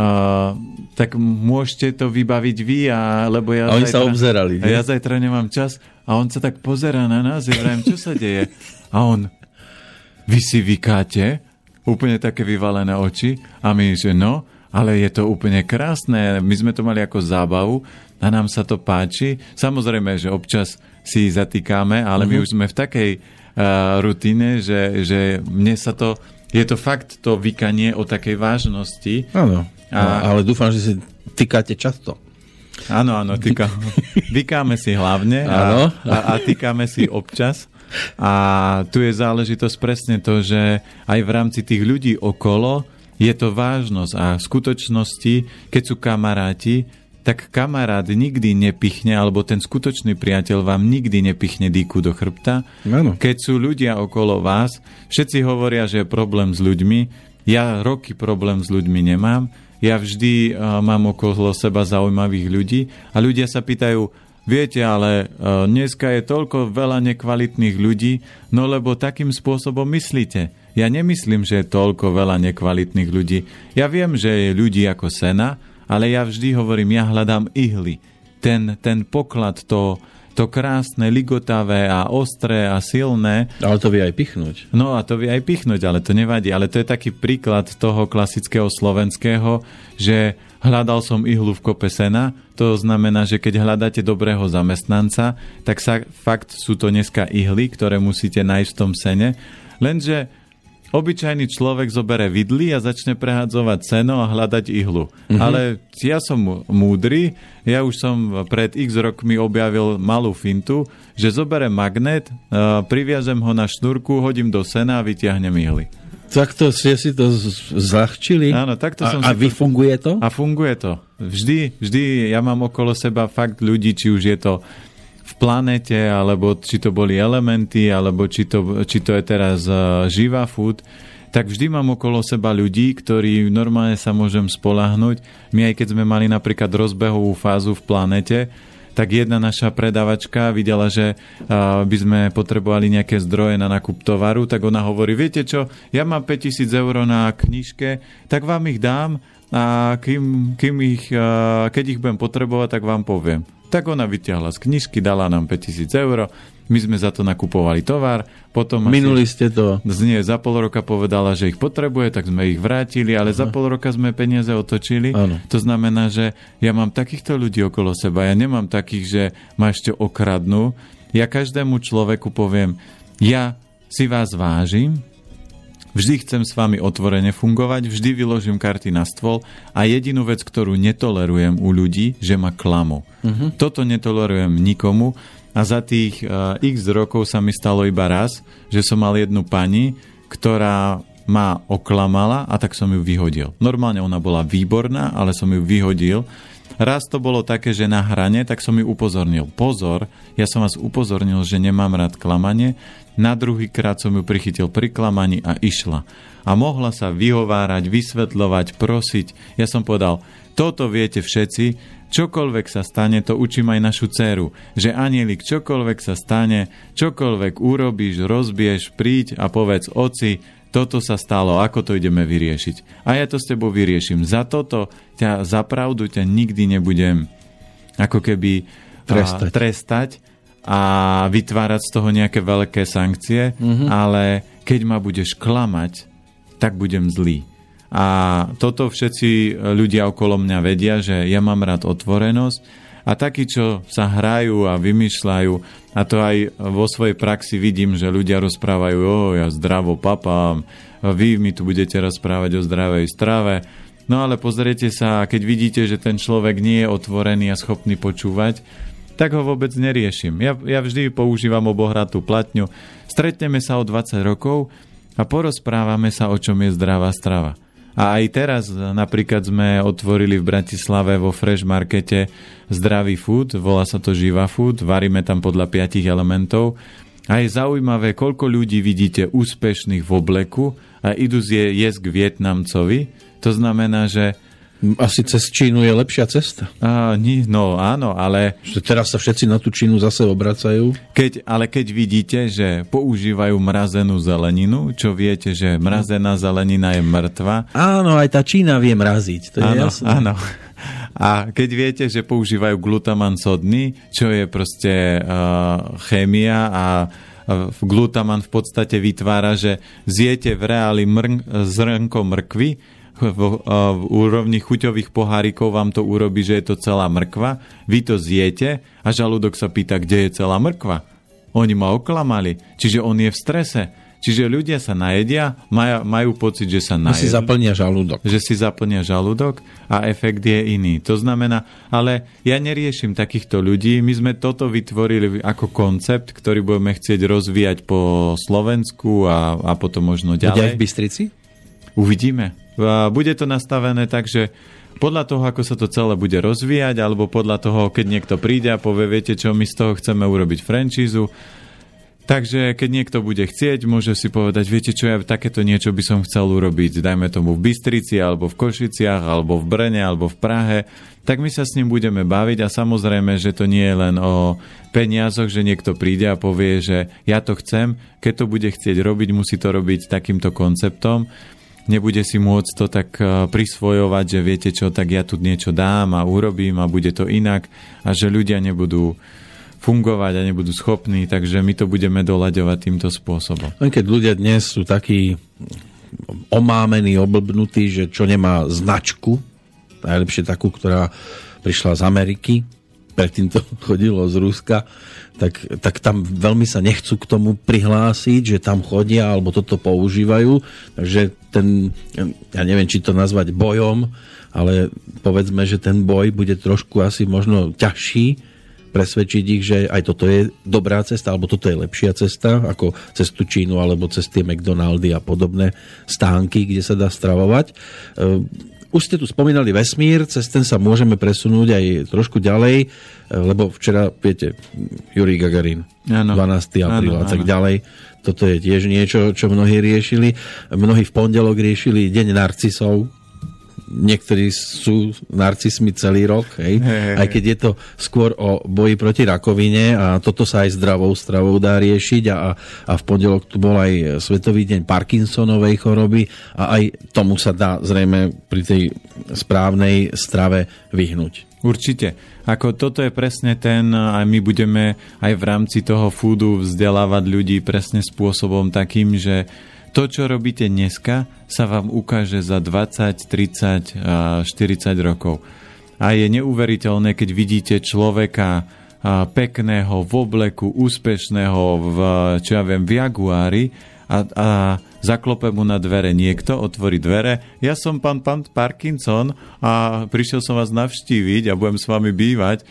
tak môžete to vybaviť vy, lebo ja... A oni sa obzerali. A ja zajtra nemám čas. A on sa tak pozerá na nás, ja vravím, čo sa deje? A on, vy si vykáte? Úplne také vyvalené oči. A my, že no, ale je to úplne krásne. My sme to mali ako zábavu a nám sa to páči. Samozrejme, že občas si zatýkáme, ale my už sme v takej rutine, že mne sa to... Je to fakt to vykanie o takej vážnosti. Áno, ale dúfam, že si tykáte často. Áno, vykáme si hlavne a tykáme si občas. A tu je záležitosť presne to, že aj v rámci tých ľudí okolo je to vážnosť a v skutočnosti, keď sú kamaráti, tak kamarát nikdy nepichne, alebo ten skutočný priateľ vám nikdy nepichne dýku do chrbta. Ano. Keď sú ľudia okolo vás, všetci hovoria, že je problém s ľuďmi. Ja roky problém s ľuďmi nemám. Ja vždy mám okolo seba zaujímavých ľudí a ľudia sa pýtajú, viete, ale dneska je toľko veľa nekvalitných ľudí, no lebo takým spôsobom myslíte. Ja nemyslím, že je toľko veľa nekvalitných ľudí. Ja viem, že je ľudí ako sena, ale ja vždy hovorím, ja hľadám ihly. Ten poklad, to krásne, ligotavé a ostré a silné. Ale to vie aj pichnúť. No a to vie aj pichnúť, ale to nevadí. Ale to je taký príklad toho klasického slovenského, že hľadal som ihlu v kope sena. To znamená, že keď hľadáte dobrého zamestnanca, tak fakt sú to dneska ihly, ktoré musíte nájsť v tom sene. Lenže obyčajný človek zobere vidly a začne prehadzovať seno a hľadať ihlu. Ale ja som múdry, ja už som pred x rokmi objavil malú fintu, že zoberem magnet, priviažem ho na šnúrku, hodím do sena a vytiahnem ihly. Takto ste si to zľahčili? Áno, takto som a funguje to? A funguje to. Vždy ja mám okolo seba fakt ľudí, či už je to v planete, alebo či to boli elementy, alebo či to je teraz živá food, tak vždy mám okolo seba ľudí, ktorí normálne sa môžem spoľahnúť. My aj keď sme mali napríklad rozbehovú fázu v planete, tak jedna naša predavačka videla, že by sme potrebovali nejaké zdroje na nákup tovaru, tak ona hovorí, viete čo, ja mám 5 000 eur na knižke, tak vám ich dám a keď ich budem potrebovať, tak vám poviem. Tak ona vyťahla z knižky, dala nám 5 000 eur, my sme za to nakupovali tovar, potom minuli ste to. Nie, za pol roka povedala, že ich potrebuje, tak sme ich vrátili, ale za pol roka sme peniaze otočili. Ano. To znamená, že ja mám takýchto ľudí okolo seba, ja nemám takých, že ma ešte okradnú. Ja každému človeku poviem, ja si vás vážim, vždy chcem s vami otvorene fungovať, vždy vyložím karty na stôl a jedinú vec, ktorú netolerujem u ľudí, že ma klamu. Toto netolerujem nikomu a za tých x rokov sa mi stalo iba raz, že som mal jednu pani, ktorá ma oklamala a tak som ju vyhodil. Normálne ona bola výborná, ale som ju vyhodil. Raz to bolo také, že na hrane, tak som ju upozornil. Pozor, ja som vás upozornil, že nemám rád klamanie. Na druhý krát som ju prichytil pri klamaní a išla. A mohla sa vyhovárať, vysvetľovať, prosiť. Ja som povedal, toto viete všetci, čokoľvek sa stane, to učím aj našu dceru, že anielik, čokoľvek sa stane, čokoľvek urobíš, rozbiješ, príď a povedz, oci, toto sa stalo, ako to ideme vyriešiť. A ja to s tebou vyrieším. Za toto za pravdu ťa nikdy nebudem ako keby trestať a vytvárať z toho nejaké veľké sankcie, ale keď ma budeš klamať, tak budem zlý. A toto všetci ľudia okolo mňa vedia, že ja mám rád otvorenosť a takí, čo sa hrajú a vymýšľajú, a to aj vo svojej praxi vidím, že ľudia rozprávajú, ja zdravo papám, vy mi tu budete rozprávať o zdravej strave. No ale pozrite sa, keď vidíte, že ten človek nie je otvorený a schopný počúvať, tak ho vôbec neriešim. Ja vždy používam obohratú platňu. Stretneme sa o 20 rokov a porozprávame sa, o čom je zdravá strava. A aj teraz napríklad sme otvorili v Bratislave vo Fresh Markete zdravý food, volá sa to Živa food, varíme tam podľa 5 elementov. A je zaujímavé, koľko ľudí vidíte úspešných v obleku a idú jesť k Vietnamcovi. To znamená, že asi cez Čínu je lepšia cesta. No áno, ale teraz sa všetci na tú Čínu zase obracajú. Keď vidíte, že používajú mrazenú zeleninu, čo viete, že mrazená zelenina je mŕtva. Áno, aj tá Čína vie mraziť, to je jasné. Áno. A keď viete, že používajú glutaman sodný, čo je proste chémia a glutaman v podstate vytvára, že zjete v reáli zrnko mrkvy, v úrovni chuťových pohárikov vám to urobí, že je to celá mrkva, vy to zjete a žalúdok sa pýta, kde je celá mrkva. Oni ma oklamali, čiže on je v strese. Čiže ľudia sa najedia, majú pocit, že sa najedú. Že si zaplnia žalúdok. Že si zaplnia žalúdok a efekt je iný. To znamená, ale ja neriešim takýchto ľudí. My sme toto vytvorili ako koncept, ktorý budeme chcieť rozvíjať po Slovensku a potom možno ďalej. Bude aj v Bystrici? Uvidíme. Bude to nastavené tak, že podľa toho, ako sa to celé bude rozvíjať, alebo podľa toho, keď niekto príde a povie, viete čo, my z toho chceme urobiť franšízu. Takže keď niekto bude chcieť, môže si povedať, viete čo, ja takéto niečo by som chcel urobiť, dajme tomu v Bystrici, alebo v Košiciach, alebo v Brne, alebo v Prahe, tak my sa s ním budeme baviť a samozrejme, že to nie je len o peniazoch, že niekto príde a povie, že ja to chcem, keď to bude chcieť robiť, musí to robiť takýmto konceptom. Nebude si môcť to tak prisvojovať, že viete čo, tak ja tu niečo dám a urobím a bude to inak a že ľudia nebudú fungovať a nebudú schopní, takže my to budeme doľaďovať týmto spôsobom. Len keď ľudia dnes sú takí omámení, oblbnutí, že čo nemá značku, najlepšie takú, ktorá prišla z Ameriky, predtým to chodilo z Ruska, tak tam veľmi sa nechcú k tomu prihlásiť, že tam chodia alebo toto používajú. Takže ja neviem, či to nazvať bojom, ale povedzme, že ten boj bude trošku asi možno ťažší, presvedčiť ich, že aj toto je dobrá cesta, alebo toto je lepšia cesta, ako cez tú Čínu, alebo cez tie McDonaldy a podobné stánky, kde sa dá stravovať. Už ste tu spomínali vesmír, cez ten sa môžeme presunúť aj trošku ďalej, lebo včera, viete, Jurij Gagarin, 12. apríl a tak ďalej. Toto je tiež niečo, čo mnohí riešili. Mnohí v pondelok riešili Deň narcisov. Niektorí sú narcismi celý rok, hej? Aj keď je to skôr o boji proti rakovine a toto sa aj zdravou stravou dá riešiť a v pondelok tu bol aj Svetový deň Parkinsonovej choroby a aj tomu sa dá zrejme pri tej správnej strave vyhnúť. Určite. Ako toto je presne ten, a my budeme aj v rámci toho foodu vzdelávať ľudí presne spôsobom takým, že to, čo robíte dneska, sa vám ukáže za 20, 30, 40 rokov. A je neuveriteľné, keď vidíte človeka pekného, v obleku, úspešného, v Jaguári a zaklope mu na dvere niekto, otvorí dvere. Ja som pán Parkinson a prišiel som vás navštíviť a budem s vami bývať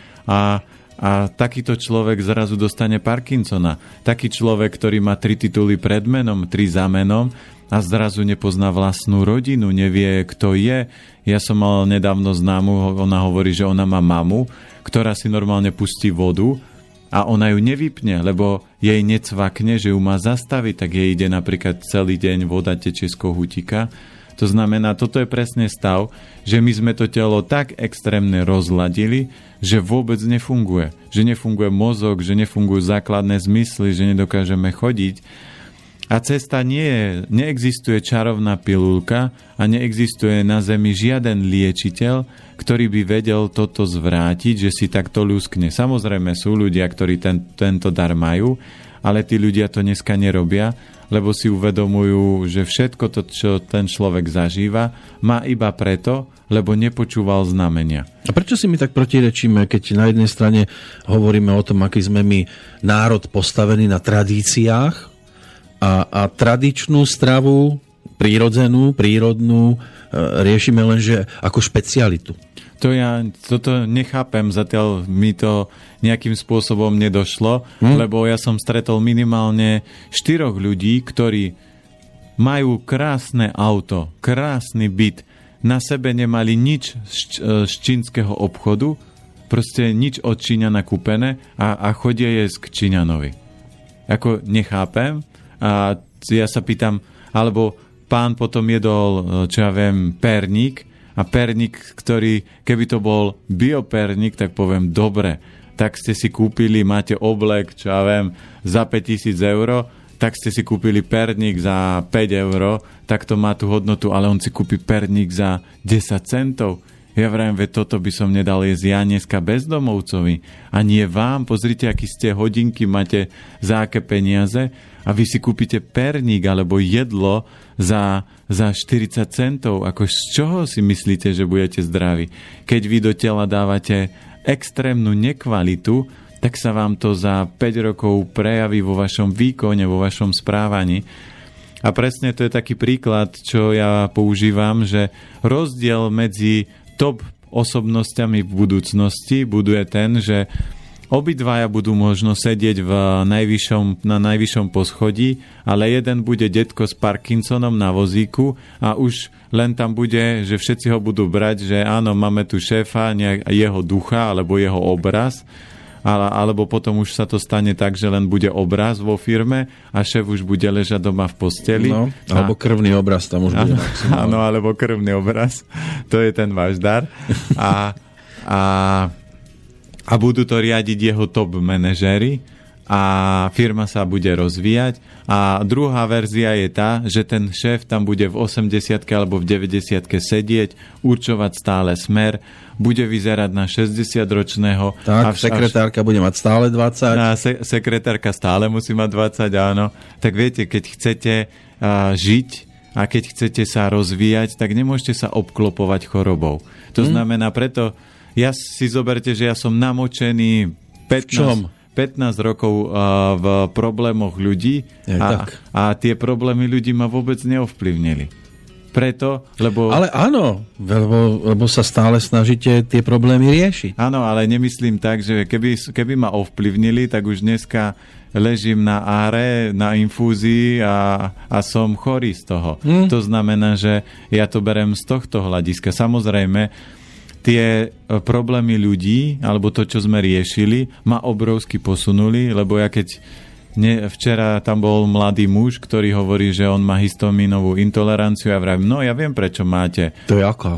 a takýto človek zrazu dostane Parkinsona. Taký človek, ktorý má 3 tituly pred menom, 3 za menom a zrazu nepozná vlastnú rodinu, nevie, kto je. Ja som mal nedávno známu, ona hovorí, že ona má mamu, ktorá si normálne pustí vodu a ona ju nevypne, lebo jej necvakne, že ju má zastaviť, tak jej ide napríklad celý deň, voda tečie z kohútika. To znamená, toto je presne stav, že my sme to telo tak extrémne rozladili, že vôbec nefunguje. Že nefunguje mozog, že nefungujú základné zmysly, že nedokážeme chodiť. A cesta neexistuje čarovná pilulka a neexistuje na zemi žiaden liečiteľ, ktorý by vedel toto zvrátiť, že si takto ľuskne. Samozrejme sú ľudia, ktorí tento dar majú, ale tí ľudia to dneska nerobia, lebo si uvedomujú, že všetko to, čo ten človek zažíva, má iba preto, lebo nepočúval znamenia. A prečo si my tak protirečíme, keď na jednej strane hovoríme o tom, aký sme my národ postavený na tradíciách a tradičnú stravu, prírodnú, riešime len, že ako špecialitu? Toto nechápem, zatiaľ mi to nejakým spôsobom nedošlo, lebo ja som stretol minimálne 4 ľudí, ktorí majú krásne auto, krásny byt, na sebe nemali nič z čínskeho obchodu, proste nič od Číňana kúpené a chodia jesť k Číňanovi. Ako nechápem a ja sa pýtam, alebo pán potom jedol, čo ja viem, perník, a perník, ktorý, keby to bol bioperník, tak poviem, dobre, tak ste si kúpili, máte oblek, čo ja viem, za 5 000 eur, tak ste si kúpili perník za 5 eur, tak to má tú hodnotu, ale on si kúpi perník za 10 centov. Ja vravím, toto by som nedal jesť ja dneska bezdomovcovi. A nie vám, pozrite, aký ste hodinky, máte za aké peniaze a vy si kúpite perník alebo jedlo za 40 centov. Ako z čoho si myslíte, že budete zdraví? Keď vy do tela dávate extrémnu nekvalitu, tak sa vám to za 5 rokov prejaví vo vašom výkone, vo vašom správaní. A presne to je taký príklad, čo ja používam, že rozdiel medzi top osobnostiami v budúcnosti buduje ten, že obidvaja budú možno sedieť na najvyššom poschodí, ale jeden bude detko s Parkinsonom na vozíku a už len tam bude, že všetci ho budú brať, že áno, máme tu šéfa, jeho ducha alebo jeho obraz, alebo potom už sa to stane tak, že len bude obraz vo firme a šéf už bude ležať doma v posteli. No, alebo krvný obraz tam už bude. Áno, alebo krvný obraz. To je ten váš dar. A budú to riadiť jeho top manažéri a firma sa bude rozvíjať. A druhá verzia je tá, že ten šéf tam bude v 80-ke alebo v 90-ke sedieť, určovať stále smer, bude vyzerať na 60-ročného. Tak, sekretárka bude mať stále 20. Sekretárka stále musí mať 20, áno. Tak viete, keď chcete žiť a keď chcete sa rozvíjať, tak nemôžete sa obklopovať chorobou. To znamená, preto ja si zoberte, že ja som namočený 15 rokov v problémoch ľudí a tie problémy ľudí ma vôbec neovplyvnili. Preto, lebo... Ale áno, lebo sa stále snažíte tie problémy riešiť. Áno, ale nemyslím tak, že keby ma ovplyvnili, tak už dneska ležím na áre, na infúzii a som chorý z toho. To znamená, že ja to berem z tohto hľadiska. Samozrejme, tie problémy ľudí, alebo to, čo sme riešili, ma obrovsky posunuli, lebo ja keď včera tam bol mladý muž, ktorý hovorí, že on má histamínovú intoleranciu a vravím, no ja viem, prečo máte. To je aká?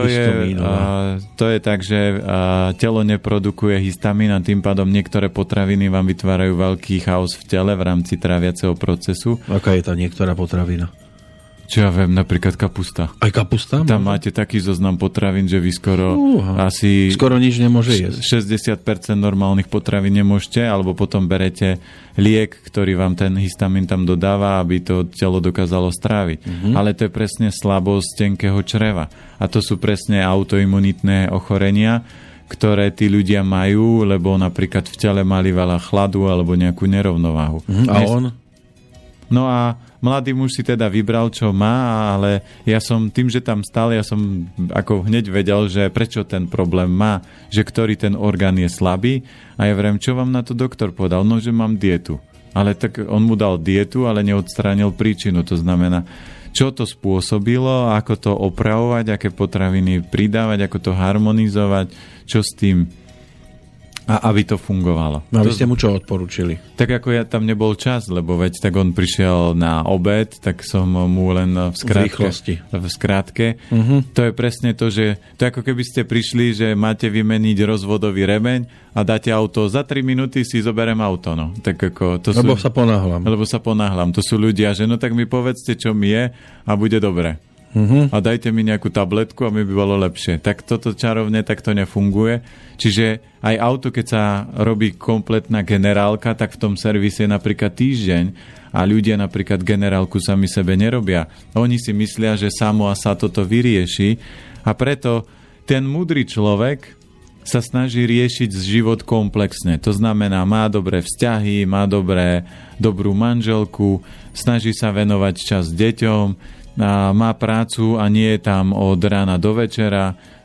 To je tak, že telo neprodukuje histamín a tým pádom niektoré potraviny vám vytvárajú veľký chaos v tele v rámci tráviaceho procesu. Aká je tá niektorá potravina? Čo ja viem, napríklad kapusta. Aj kapusta? Tam máte taký zoznam potravín, že vy skoro nič nemôže jesť. 60% normálnych potravín nemôžete, alebo potom berete liek, ktorý vám ten histamín tam dodáva, aby to telo dokázalo stráviť. Ale to je presne slabosť tenkého čreva. A to sú presne autoimunitné ochorenia, ktoré tí ľudia majú, lebo napríklad v tele mali veľa chladu alebo nejakú nerovnováhu. A on? No a mladý muž si teda vybral, čo má, ale ja som tým, že tam stále, ja som ako hneď vedel, že prečo ten problém má, že ktorý ten orgán je slabý a ja viem, čo vám na to doktor povedal? No, že mám dietu. Ale tak on mu dal dietu, ale neodstránil príčinu. To znamená, čo to spôsobilo, ako to opravovať, aké potraviny pridávať, ako to harmonizovať, čo s tým a aby to fungovalo. No a vy ste mu čo odporúčili? Tak ako ja tam nebol čas, lebo veď tak on prišiel na obed, tak som mu len v skrátke. To je presne to, že to ako keby ste prišli, že máte vymeniť rozvodový remeň a dáte auto, za 3 minúty si zoberiem auto. No. Tak ako, lebo sa ponáhľam. To sú ľudia, že no tak mi povedzte, čo mi je a bude dobre. A dajte mi nejakú tabletku a mi by bolo lepšie. Tak toto čarovne takto nefunguje. Čiže aj auto, keď sa robí kompletná generálka, tak v tom servise je napríklad týždeň a ľudia napríklad generálku sami sebe nerobia. Oni si myslia, že samo a sa toto vyrieši a preto ten múdry človek sa snaží riešiť život komplexne. To znamená, má dobré vzťahy, má dobrú manželku, snaží sa venovať čas deťom, má prácu a nie je tam od rána do večera,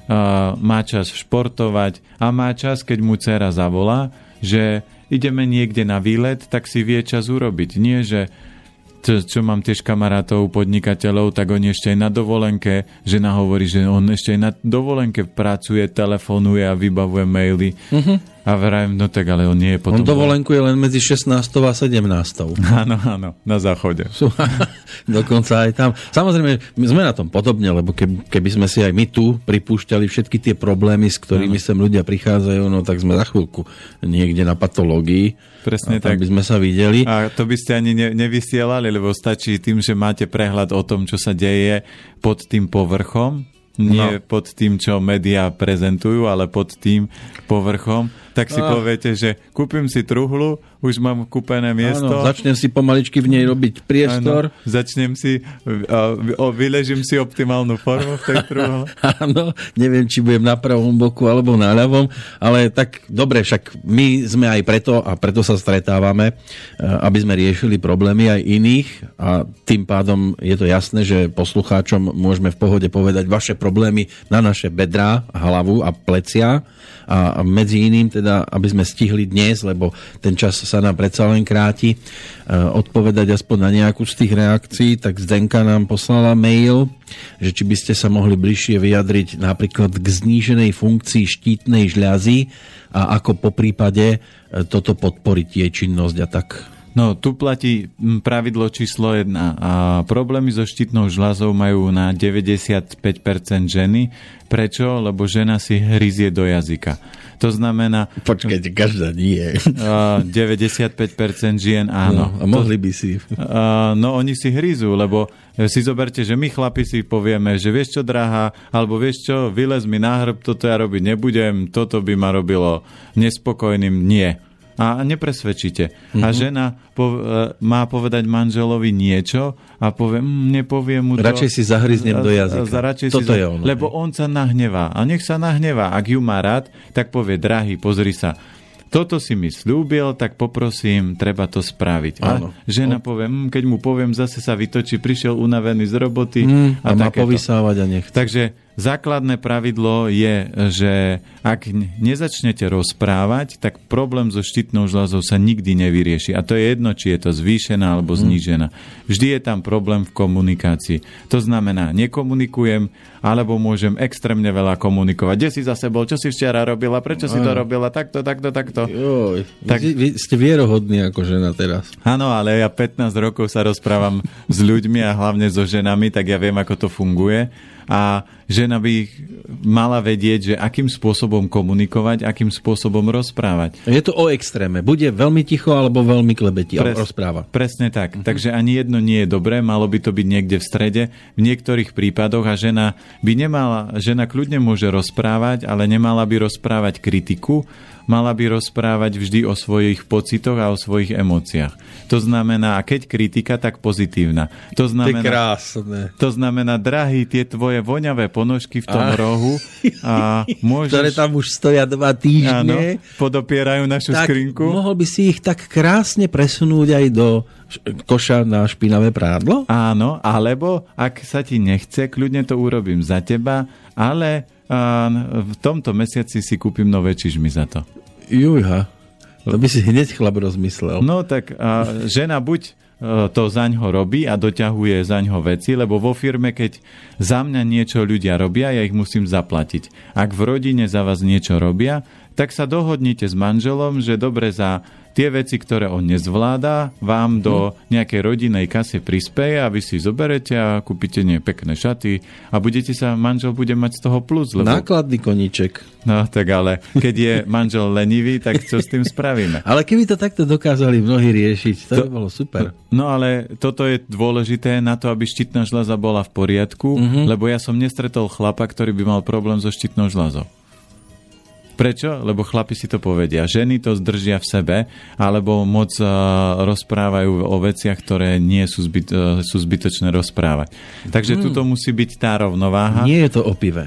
má čas športovať a má čas, keď mu dcera zavolá, že ideme niekde na výlet, tak si vie čas urobiť. Nie, že čo mám tiež kamarátov, podnikateľov, tak oni ešte aj na dovolenke, žena hovorí, že on ešte aj na dovolenke pracuje, telefonuje a vybavuje maily. A vrajím, no tak, ale on nie je potom... On dovolenkuje len medzi 16. a 17. Áno, na záchode. Dokonca aj tam. Samozrejme, my sme na tom podobne, lebo keby sme si aj my tu pripúšťali všetky tie problémy, s ktorými sem ľudia prichádzajú, no tak sme za chvíľku niekde na patológii. Presne tak. By sme sa videli. A to by ste ani nevysielali, lebo stačí tým, že máte prehľad o tom, čo sa deje pod tým povrchom, nie pod tým, čo médiá prezentujú, ale pod tým povrchom, tak si poviete, že kúpim si truhlu, už mám kúpené miesto. Áno, začnem si pomaličky v nej robiť priestor. Áno, začnem si, vyležím si optimálnu formu v tej truhle. Áno, neviem, či budem na pravom boku alebo na ľavom, ale tak dobre, však my sme aj preto a preto sa stretávame, aby sme riešili problémy aj iných a tým pádom je to jasné, že poslucháčom môžeme v pohode povedať vaše problémy na naše bedrá, hlavu a plecia a medzi iným teda, aby sme stihli dnes, lebo ten čas sa nám predsa len kráti, odpovedať aspoň na nejakú z tých reakcií, tak Zdenka nám poslala mail, že či by ste sa mohli bližšie vyjadriť napríklad k zníženej funkcii štítnej žľazy a ako po prípade toto podporiť jej činnosť a tak. No, tu platí pravidlo číslo 1 a problémy so štítnou žľazou majú na 95% ženy. Prečo? Lebo žena si hryzie do jazyka. To znamená... Počkajte, každá nie. 95% žien áno. No, a mohli by si. No, oni si hryzú, lebo si zoberte, že my chlapi si povieme, že vieš čo, drahá, alebo vieš čo, vylez mi na hrb, toto ja robiť nebudem, toto by ma robilo nespokojným. Nie. A nepresvedčíte. A žena má povedať manželovi niečo a povie, nepovie mu to. Radšej si zahryznem do jazyka. Toto je ono. Lebo on sa nahnevá. A nech sa nahnevá. Ak ju má rád, tak povie, drahý, pozri sa. Toto si mi slúbil, tak poprosím, treba to spraviť. A žena povie, keď mu poviem, zase sa vytočí, prišiel unavený z roboty. A má povysávať a nechce. Takže základné pravidlo je, že ak nezačnete rozprávať, tak problém so štítnou žľazou sa nikdy nevyrieši. A to je jedno, či je to zvýšená alebo znížená. Vždy je tam problém v komunikácii. To znamená, nekomunikujem, alebo môžem extrémne veľa komunikovať. Kde si zase bol? Čo si včera robila? Prečo si to robila? Takto. Joj, vy ste vierohodní ako žena teraz. Áno, ale ja 15 rokov sa rozprávam s ľuďmi a hlavne so ženami, tak ja viem, ako to funguje. A žena by mala vedieť, že akým spôsobom komunikovať, akým spôsobom rozprávať. Je to o extréme. Bude veľmi ticho alebo veľmi klebetí rozpráva. Presne tak. Takže ani jedno nie je dobré, malo by to byť niekde v strede. V niektorých prípadoch a žena kľudne môže rozprávať, ale nemala by rozprávať kritiku, mala by rozprávať vždy o svojich pocitoch a o svojich emóciách. To znamená, a keď kritika, tak pozitívna. To znamená, krásne. To znamená, drahý, tie tvoje voňavé ponožky v tom rohu a môžeš... Ktoré tam už stoja 2 týždne. Áno, podopierajú našu skrinku. Mohol by si ich tak krásne presunúť aj do koša na špinavé prádlo? Áno, alebo ak sa ti nechce, kľudne to urobím za teba, ale v tomto mesiaci si kúpim nové čižmy za to. Jujha, to by si hneď chlap rozmyslel. No tak žena buď to zaňho robí a doťahuje zaňho veci, lebo vo firme, keď za mňa niečo ľudia robia, ja ich musím zaplatiť. Ak v rodine za vás niečo robia, tak sa dohodnite s manželom, že dobre za tie veci, ktoré on nezvláda, vám do nejakej rodinnej kasy prispeje a vy si zoberete a kúpite pekné šaty a manžel bude mať z toho plus. Lebo... Nákladný koníček. No tak ale, keď je manžel lenivý, tak čo s tým spravíme? Ale keby to takto dokázali mnohí riešiť, to by bolo super. No ale toto je dôležité na to, aby štítna žľaza bola v poriadku, lebo ja som nestretol chlapa, ktorý by mal problém so štítnou žľazou. Prečo? Lebo chlapi si to povedia. Ženy to zdržia v sebe, alebo moc rozprávajú o veciach, ktoré nie sú zbytočné rozprávať. Takže tuto musí byť tá rovnováha. Nie je to o pive.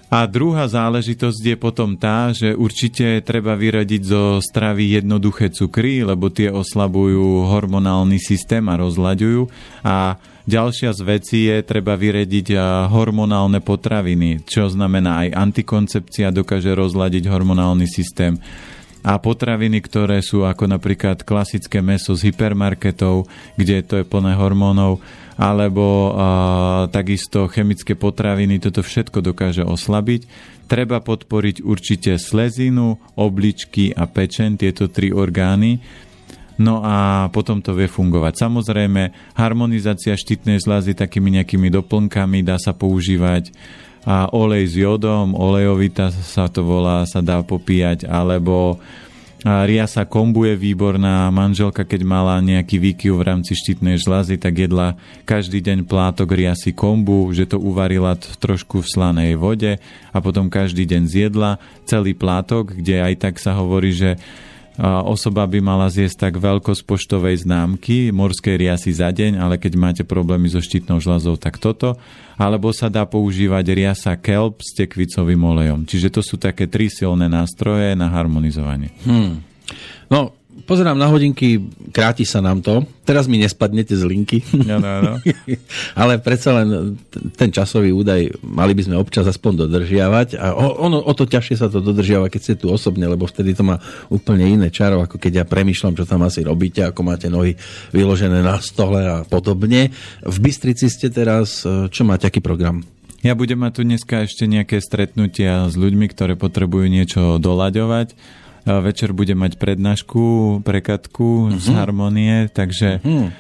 A druhá záležitosť je potom tá, že určite treba vyradiť zo stravy jednoduché cukry, lebo tie oslabujú hormonálny systém a rozlaďujú. A ďalšia z vecí je treba vyradiť hormonálne potraviny, čo znamená aj antikoncepcia dokáže rozladiť hormonálny systém. A potraviny, ktoré sú ako napríklad klasické mäso z hypermarketov, kde to je plné hormónov, alebo takisto chemické potraviny, toto všetko dokáže oslabiť. Treba podporiť určite slezinu, obličky a pečeň, tieto 3 orgány. No a potom to vie fungovať. Samozrejme, harmonizácia štítnej žľazy takými nejakými doplnkami, dá sa používať a olej s jodom, olejovita sa to volá, sa dá popíjať, alebo riasa kombu je výborná. Manželka, keď mala nejaký výkyv v rámci štítnej žľazy, tak jedla každý deň plátok riasy kombu, že to uvarila trošku v slanej vode a potom každý deň zjedla celý plátok, kde aj tak sa hovorí, že osoba by mala zjesť tak veľkosť poštovej známky morskej riasy za deň, ale keď máte problémy so štítnou žľazou, tak toto. Alebo sa dá používať riasa kelp s tekvicovým olejom. Čiže to sú také 3 silné nástroje na harmonizovanie. No, pozerám na hodinky, kráti sa nám to. Teraz mi nespadnete z linky. No. Ale predsa len ten časový údaj mali by sme občas aspoň dodržiavať. A o to ťažšie sa to dodržiava, keď ste tu osobne, lebo vtedy to má úplne iné čaro, ako keď ja premýšľam, čo tam asi robíte, ako máte nohy vyložené na stole a podobne. V Bystrici ste teraz, čo máte, aký program? Ja budem mať tu dneska ešte nejaké stretnutia s ľuďmi, ktoré potrebujú niečo doľaďovať. Večer bude mať prednášku pre Katku z Harmonie, takže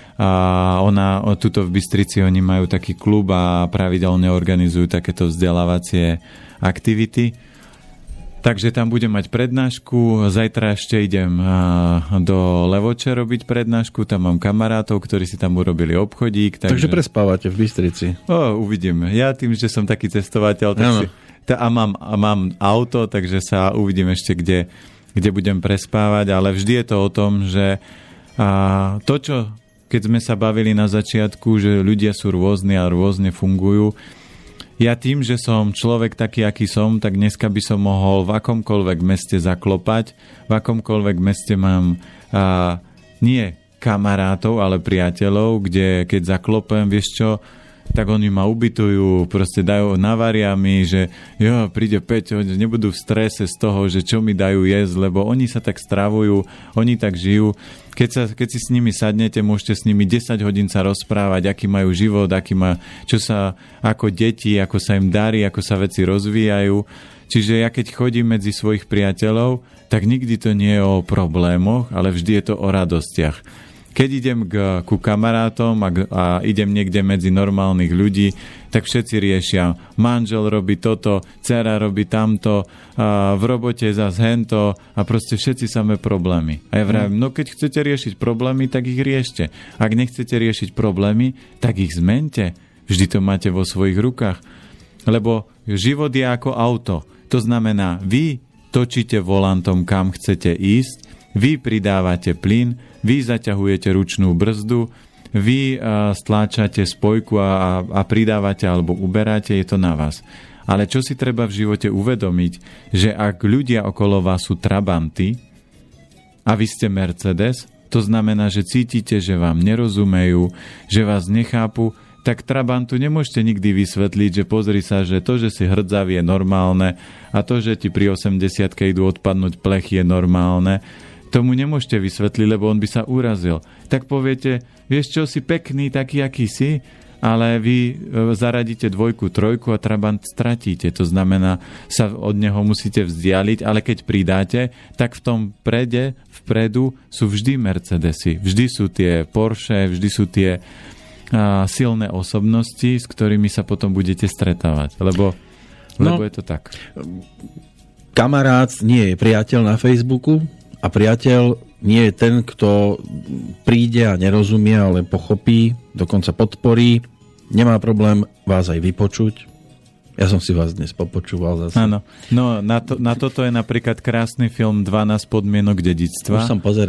tuto v Bystrici oni majú taký klub a pravidelne organizujú takéto vzdelávacie aktivity. Takže tam budem mať prednášku, zajtra ešte idem do Levoče robiť prednášku, tam mám kamarátov, ktorí si tam urobili obchodík. Takže prespávate v Bystrici? Uvidím. Ja tým, že som taký cestovateľ, a mám auto, takže sa uvidím ešte, kde budem prespávať, ale vždy je to o tom, že to, čo keď sme sa bavili na začiatku, že ľudia sú rôzni a rôzne fungujú, ja tým, že som človek taký, aký som, tak dneska by som mohol v akomkoľvek meste zaklopať, v akomkoľvek meste mám nie kamarátov, ale priateľov, kde keď zaklopem, vieš čo, tak oni ma ubytujú, proste navaria mi, že príde Peťo, nebudú v strese z toho, že čo mi dajú jesť, lebo oni sa tak stravujú, oni tak žijú. Keď si s nimi sadnete, môžete s nimi 10 hodín sa rozprávať, aký majú život, čo sa ako deti, ako sa im darí, ako sa veci rozvíjajú. Čiže ja keď chodím medzi svojich priateľov, tak nikdy to nie je o problémoch, ale vždy je to o radostiach. Keď idem ku kamarátom a idem niekde medzi normálnych ľudí, tak všetci riešia, manžel robí toto, dcera robí tamto, v robote zas hento a proste všetci samé problémy. A ja vravím, no keď chcete riešiť problémy, tak ich riešte. Ak nechcete riešiť problémy, tak ich zmente. Vždy to máte vo svojich rukách. Lebo život je ako auto. To znamená, vy točíte volantom, kam chcete ísť, vy pridávate plyn, vy zaťahujete ručnú brzdu, vy stláčate spojku a pridávate alebo uberáte, je to na vás. Ale čo si treba v živote uvedomiť, že ak ľudia okolo vás sú trabanty a vy ste Mercedes, to znamená, že cítite, že vám nerozumejú, že vás nechápu, tak trabantu nemôžete nikdy vysvetliť, že pozri sa, že to, že si hrdzavý je normálne a to, že ti pri 80-ke idú odpadnúť plechy je normálne. Tomu nemôžete vysvetliť, lebo on by sa urazil. Tak poviete, vieš čo, si pekný, taký, aký si, ale vy zaradíte 2, 3 a trabant stratíte. To znamená, sa od neho musíte vzdialiť, ale keď pridáte, tak v tom vpredu sú vždy Mercedesy. Vždy sú tie Porsche, vždy sú tie silné osobnosti, s ktorými sa potom budete stretávať. Lebo je to tak. Kamarát nie je priateľ na Facebooku, a priateľ nie je ten, kto príde a nerozumie, ale pochopí, dokonca podporí, nemá problém vás aj vypočuť. Ja som si vás dnes popočúval zase. Áno, no na toto je napríklad krásny film 12 podmienok dedičstva. Už som pozeral.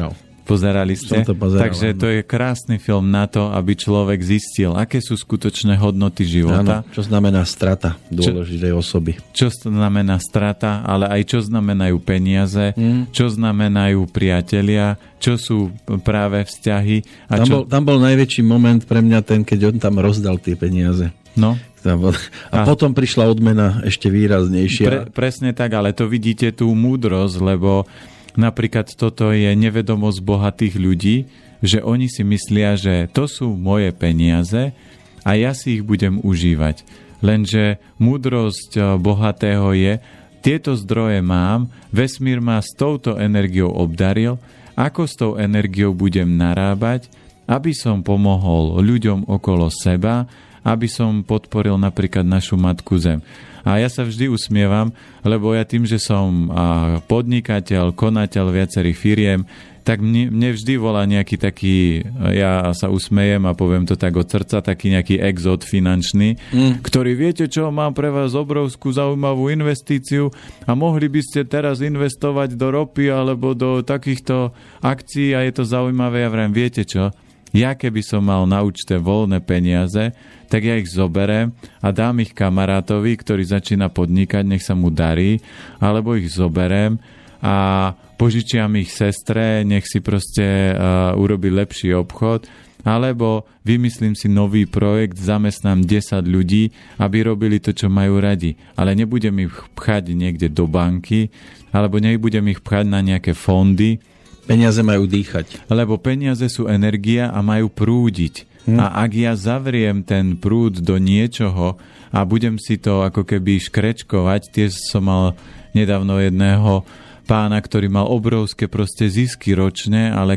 Pozerali ste? Takže to je krásny film na to, aby človek zistil, aké sú skutočné hodnoty života. Áno, čo znamená strata dôležitej osoby. Čo znamená strata, ale aj čo znamenajú peniaze, čo znamenajú priatelia, čo sú práve vzťahy. A tam bol najväčší moment pre mňa ten, keď on tam rozdal tie peniaze. No. A potom prišla odmena ešte výraznejšia. Presne tak, ale to vidíte tú múdrosť, lebo napríklad toto je nevedomosť bohatých ľudí, že oni si myslia, že to sú moje peniaze a ja si ich budem užívať. Lenže múdrosť bohatého je, tieto zdroje mám, vesmír ma s touto energiou obdaril, ako s tou energiou budem narábať, aby som pomohol ľuďom okolo seba, aby som podporil napríklad našu matku Zem. A ja sa vždy usmievam, lebo ja tým, že som podnikateľ, konateľ viacerých firiem, tak mne vždy volá nejaký taký, ja sa usmejem a poviem to tak od srdca, taký nejaký exot finančný, ktorý, viete čo, mám pre vás obrovskú zaujímavú investíciu a mohli by ste teraz investovať do ropy alebo do takýchto akcií a je to zaujímavé. Ja vrem, viete čo, ja keby som mal na účte voľné peniaze, tak ja ich zoberiem a dám ich kamarátovi, ktorý začína podnikať, nech sa mu darí, alebo ich zoberiem a požičiam ich sestre, nech si proste urobí lepší obchod, alebo vymyslím si nový projekt, zamestnám 10 ľudí, aby robili to, čo majú radi. Ale nebudem ich pchať niekde do banky, alebo nebudem ich pchať na nejaké fondy. Peniaze majú dýchať. Lebo peniaze sú energia a majú prúdiť. A ak ja zavriem ten prúd do niečoho a budem si to ako keby škrečkovať, tiež som mal nedávno jedného pána, ktorý mal obrovské proste zisky ročne, ale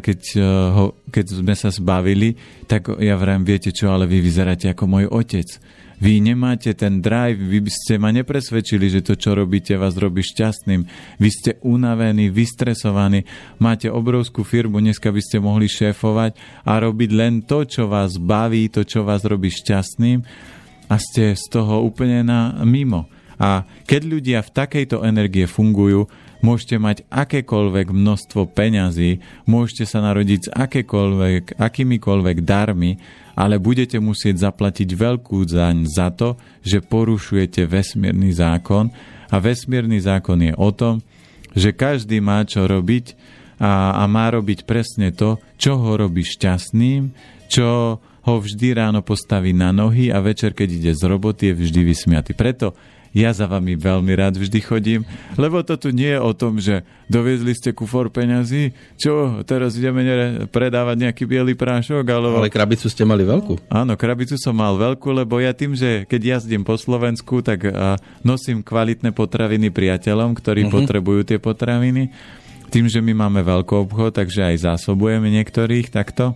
keď sme sa zbavili, tak ja vrám, viete čo, ale vy vyzeráte ako môj otec. Vy nemáte ten drive, vy by ste ma nepresvedčili, že to, čo robíte, vás robí šťastným. Vy ste unavení, vystresovaní, máte obrovskú firmu, dneska by ste mohli šéfovať a robiť len to, čo vás baví, to, čo vás robí šťastným a ste z toho úplne mimo. A keď ľudia v takejto energie fungujú, môžete mať akékoľvek množstvo peňazí, môžete sa narodiť s akýmikoľvek darmi, ale budete musieť zaplatiť veľkú daň za to, že porušujete vesmírny zákon. A vesmírny zákon je o tom, že každý má čo robiť a má robiť presne to, čo ho robí šťastným, čo ho vždy ráno postaví na nohy a večer, keď ide z roboty, je vždy vysmiatý. Preto ja za vami veľmi rád vždy chodím, lebo to tu nie je o tom, že doviezli ste kufor peňazí, čo, teraz ideme predávať nejaký biely prášok, alebo... Ale krabicu ste mali veľkú. Áno, krabicu som mal veľkú, lebo ja tým, že keď jazdím po Slovensku, tak nosím kvalitné potraviny priateľom, ktorí potrebujú tie potraviny. Tým, že my máme veľký obchod, takže aj zásobujeme niektorých takto.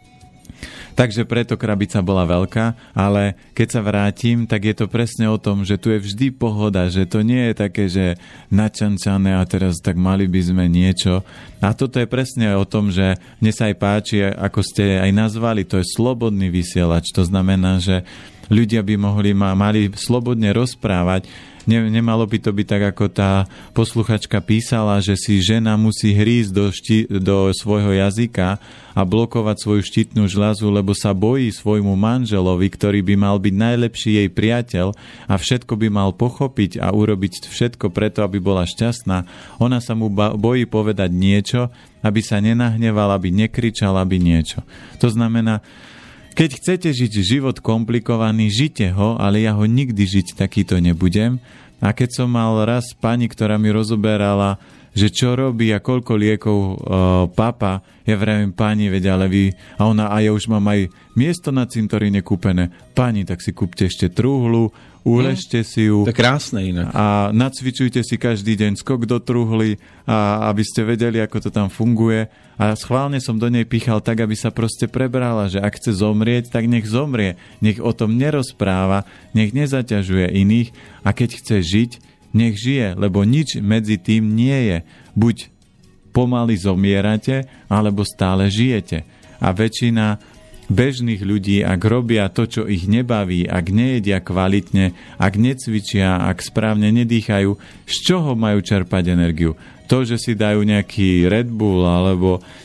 Takže preto krabica bola veľká, ale keď sa vrátim, tak je to presne o tom, že tu je vždy pohoda, že to nie je také, že načančané a teraz tak mali by sme niečo. A toto je presne o tom, že mne sa aj páči, ako ste aj nazvali, to je slobodný vysielač. To znamená, že ľudia by mali slobodne rozprávať. Nemalo by to byť tak, ako tá posluchačka písala, že si žena musí hrísť do svojho jazyka a blokovať svoju štítnu žľazu, lebo sa bojí svojmu manželovi, ktorý by mal byť najlepší jej priateľ a všetko by mal pochopiť a urobiť všetko preto, aby bola šťastná. Ona sa mu bojí povedať niečo, aby sa nenahneval, aby nekričal, aby niečo. To znamená, keď chcete žiť život komplikovaný, žite ho, ale ja ho nikdy žiť takýto nebudem. A keď som mal raz pani, ktorá mi rozoberala, že čo robí a koľko liekov papa, ja vravím, pani, veď, ale vy... A ja už mám aj miesto na cintoríne kúpené. Pani, tak si kúpte ešte truhlu, uležte si ju. To je krásne inak. A nacvičujte si každý deň skok do truhly, a aby ste vedeli, ako to tam funguje. A schválne som do nej píchal tak, aby sa proste prebrala, že ak chce zomrieť, tak nech zomrie. Nech o tom nerozpráva, nech nezaťažuje iných a keď chce žiť, nech žije, lebo nič medzi tým nie je. Buď pomaly zomierate, alebo stále žijete. A väčšina bežných ľudí, ak robia to, čo ich nebaví, ak nejedia kvalitne, ak necvičia, ak správne nedýchajú, z čoho majú čerpať energiu? To, že si dajú nejaký Red Bull alebo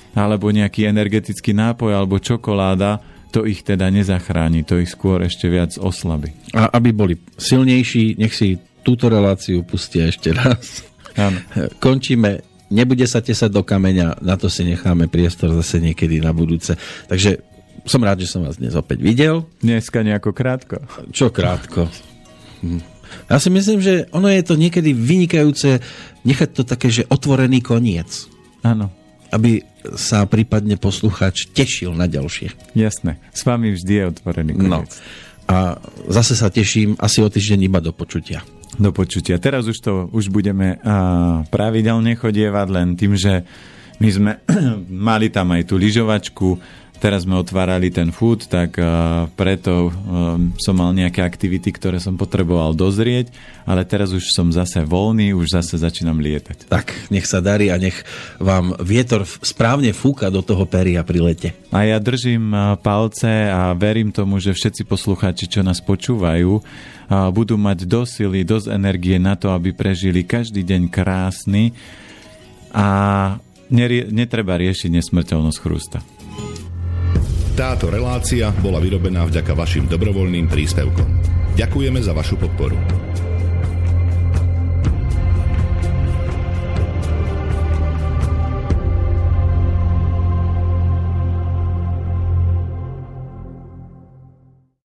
alebo nejaký energetický nápoj, alebo čokoláda, to ich teda nezachráni, to ich skôr ešte viac oslabí. A aby boli silnejší, nech si túto reláciu pustia ešte raz. Áno. Končíme, nebude sa tesať do kameňa, na to si necháme priestor zase niekedy na budúce. Takže som rád, že som vás dnes opäť videl. Dneska nejako krátko. Čo krátko? Ja si myslím, že ono je to niekedy vynikajúce nechať to také, že otvorený koniec. Áno. Aby sa prípadne poslucháč tešil na ďalšie. Jasné. S vami vždy je otvorený koniec. No. A zase sa teším asi o týždeň iba do počutia. Do počutia. Teraz už budeme pravidelne chodievať, len tým, že my sme mali tam aj tú lyžovačku, teraz sme otvárali ten food, tak preto som mal nejaké aktivity, ktoré som potreboval dozrieť, ale teraz už som zase voľný, už zase začínam lietať. Tak, nech sa darí a nech vám vietor správne fúka do toho peria pri lete. A ja držím palce a verím tomu, že všetci poslucháči, čo nás počúvajú, budú mať dosť sily, dosť energie na to, aby prežili každý deň krásny a netreba riešiť nesmrteľnosť chrústa. Táto relácia bola vyrobená vďaka vašim dobrovoľným príspevkom. Ďakujeme za vašu podporu.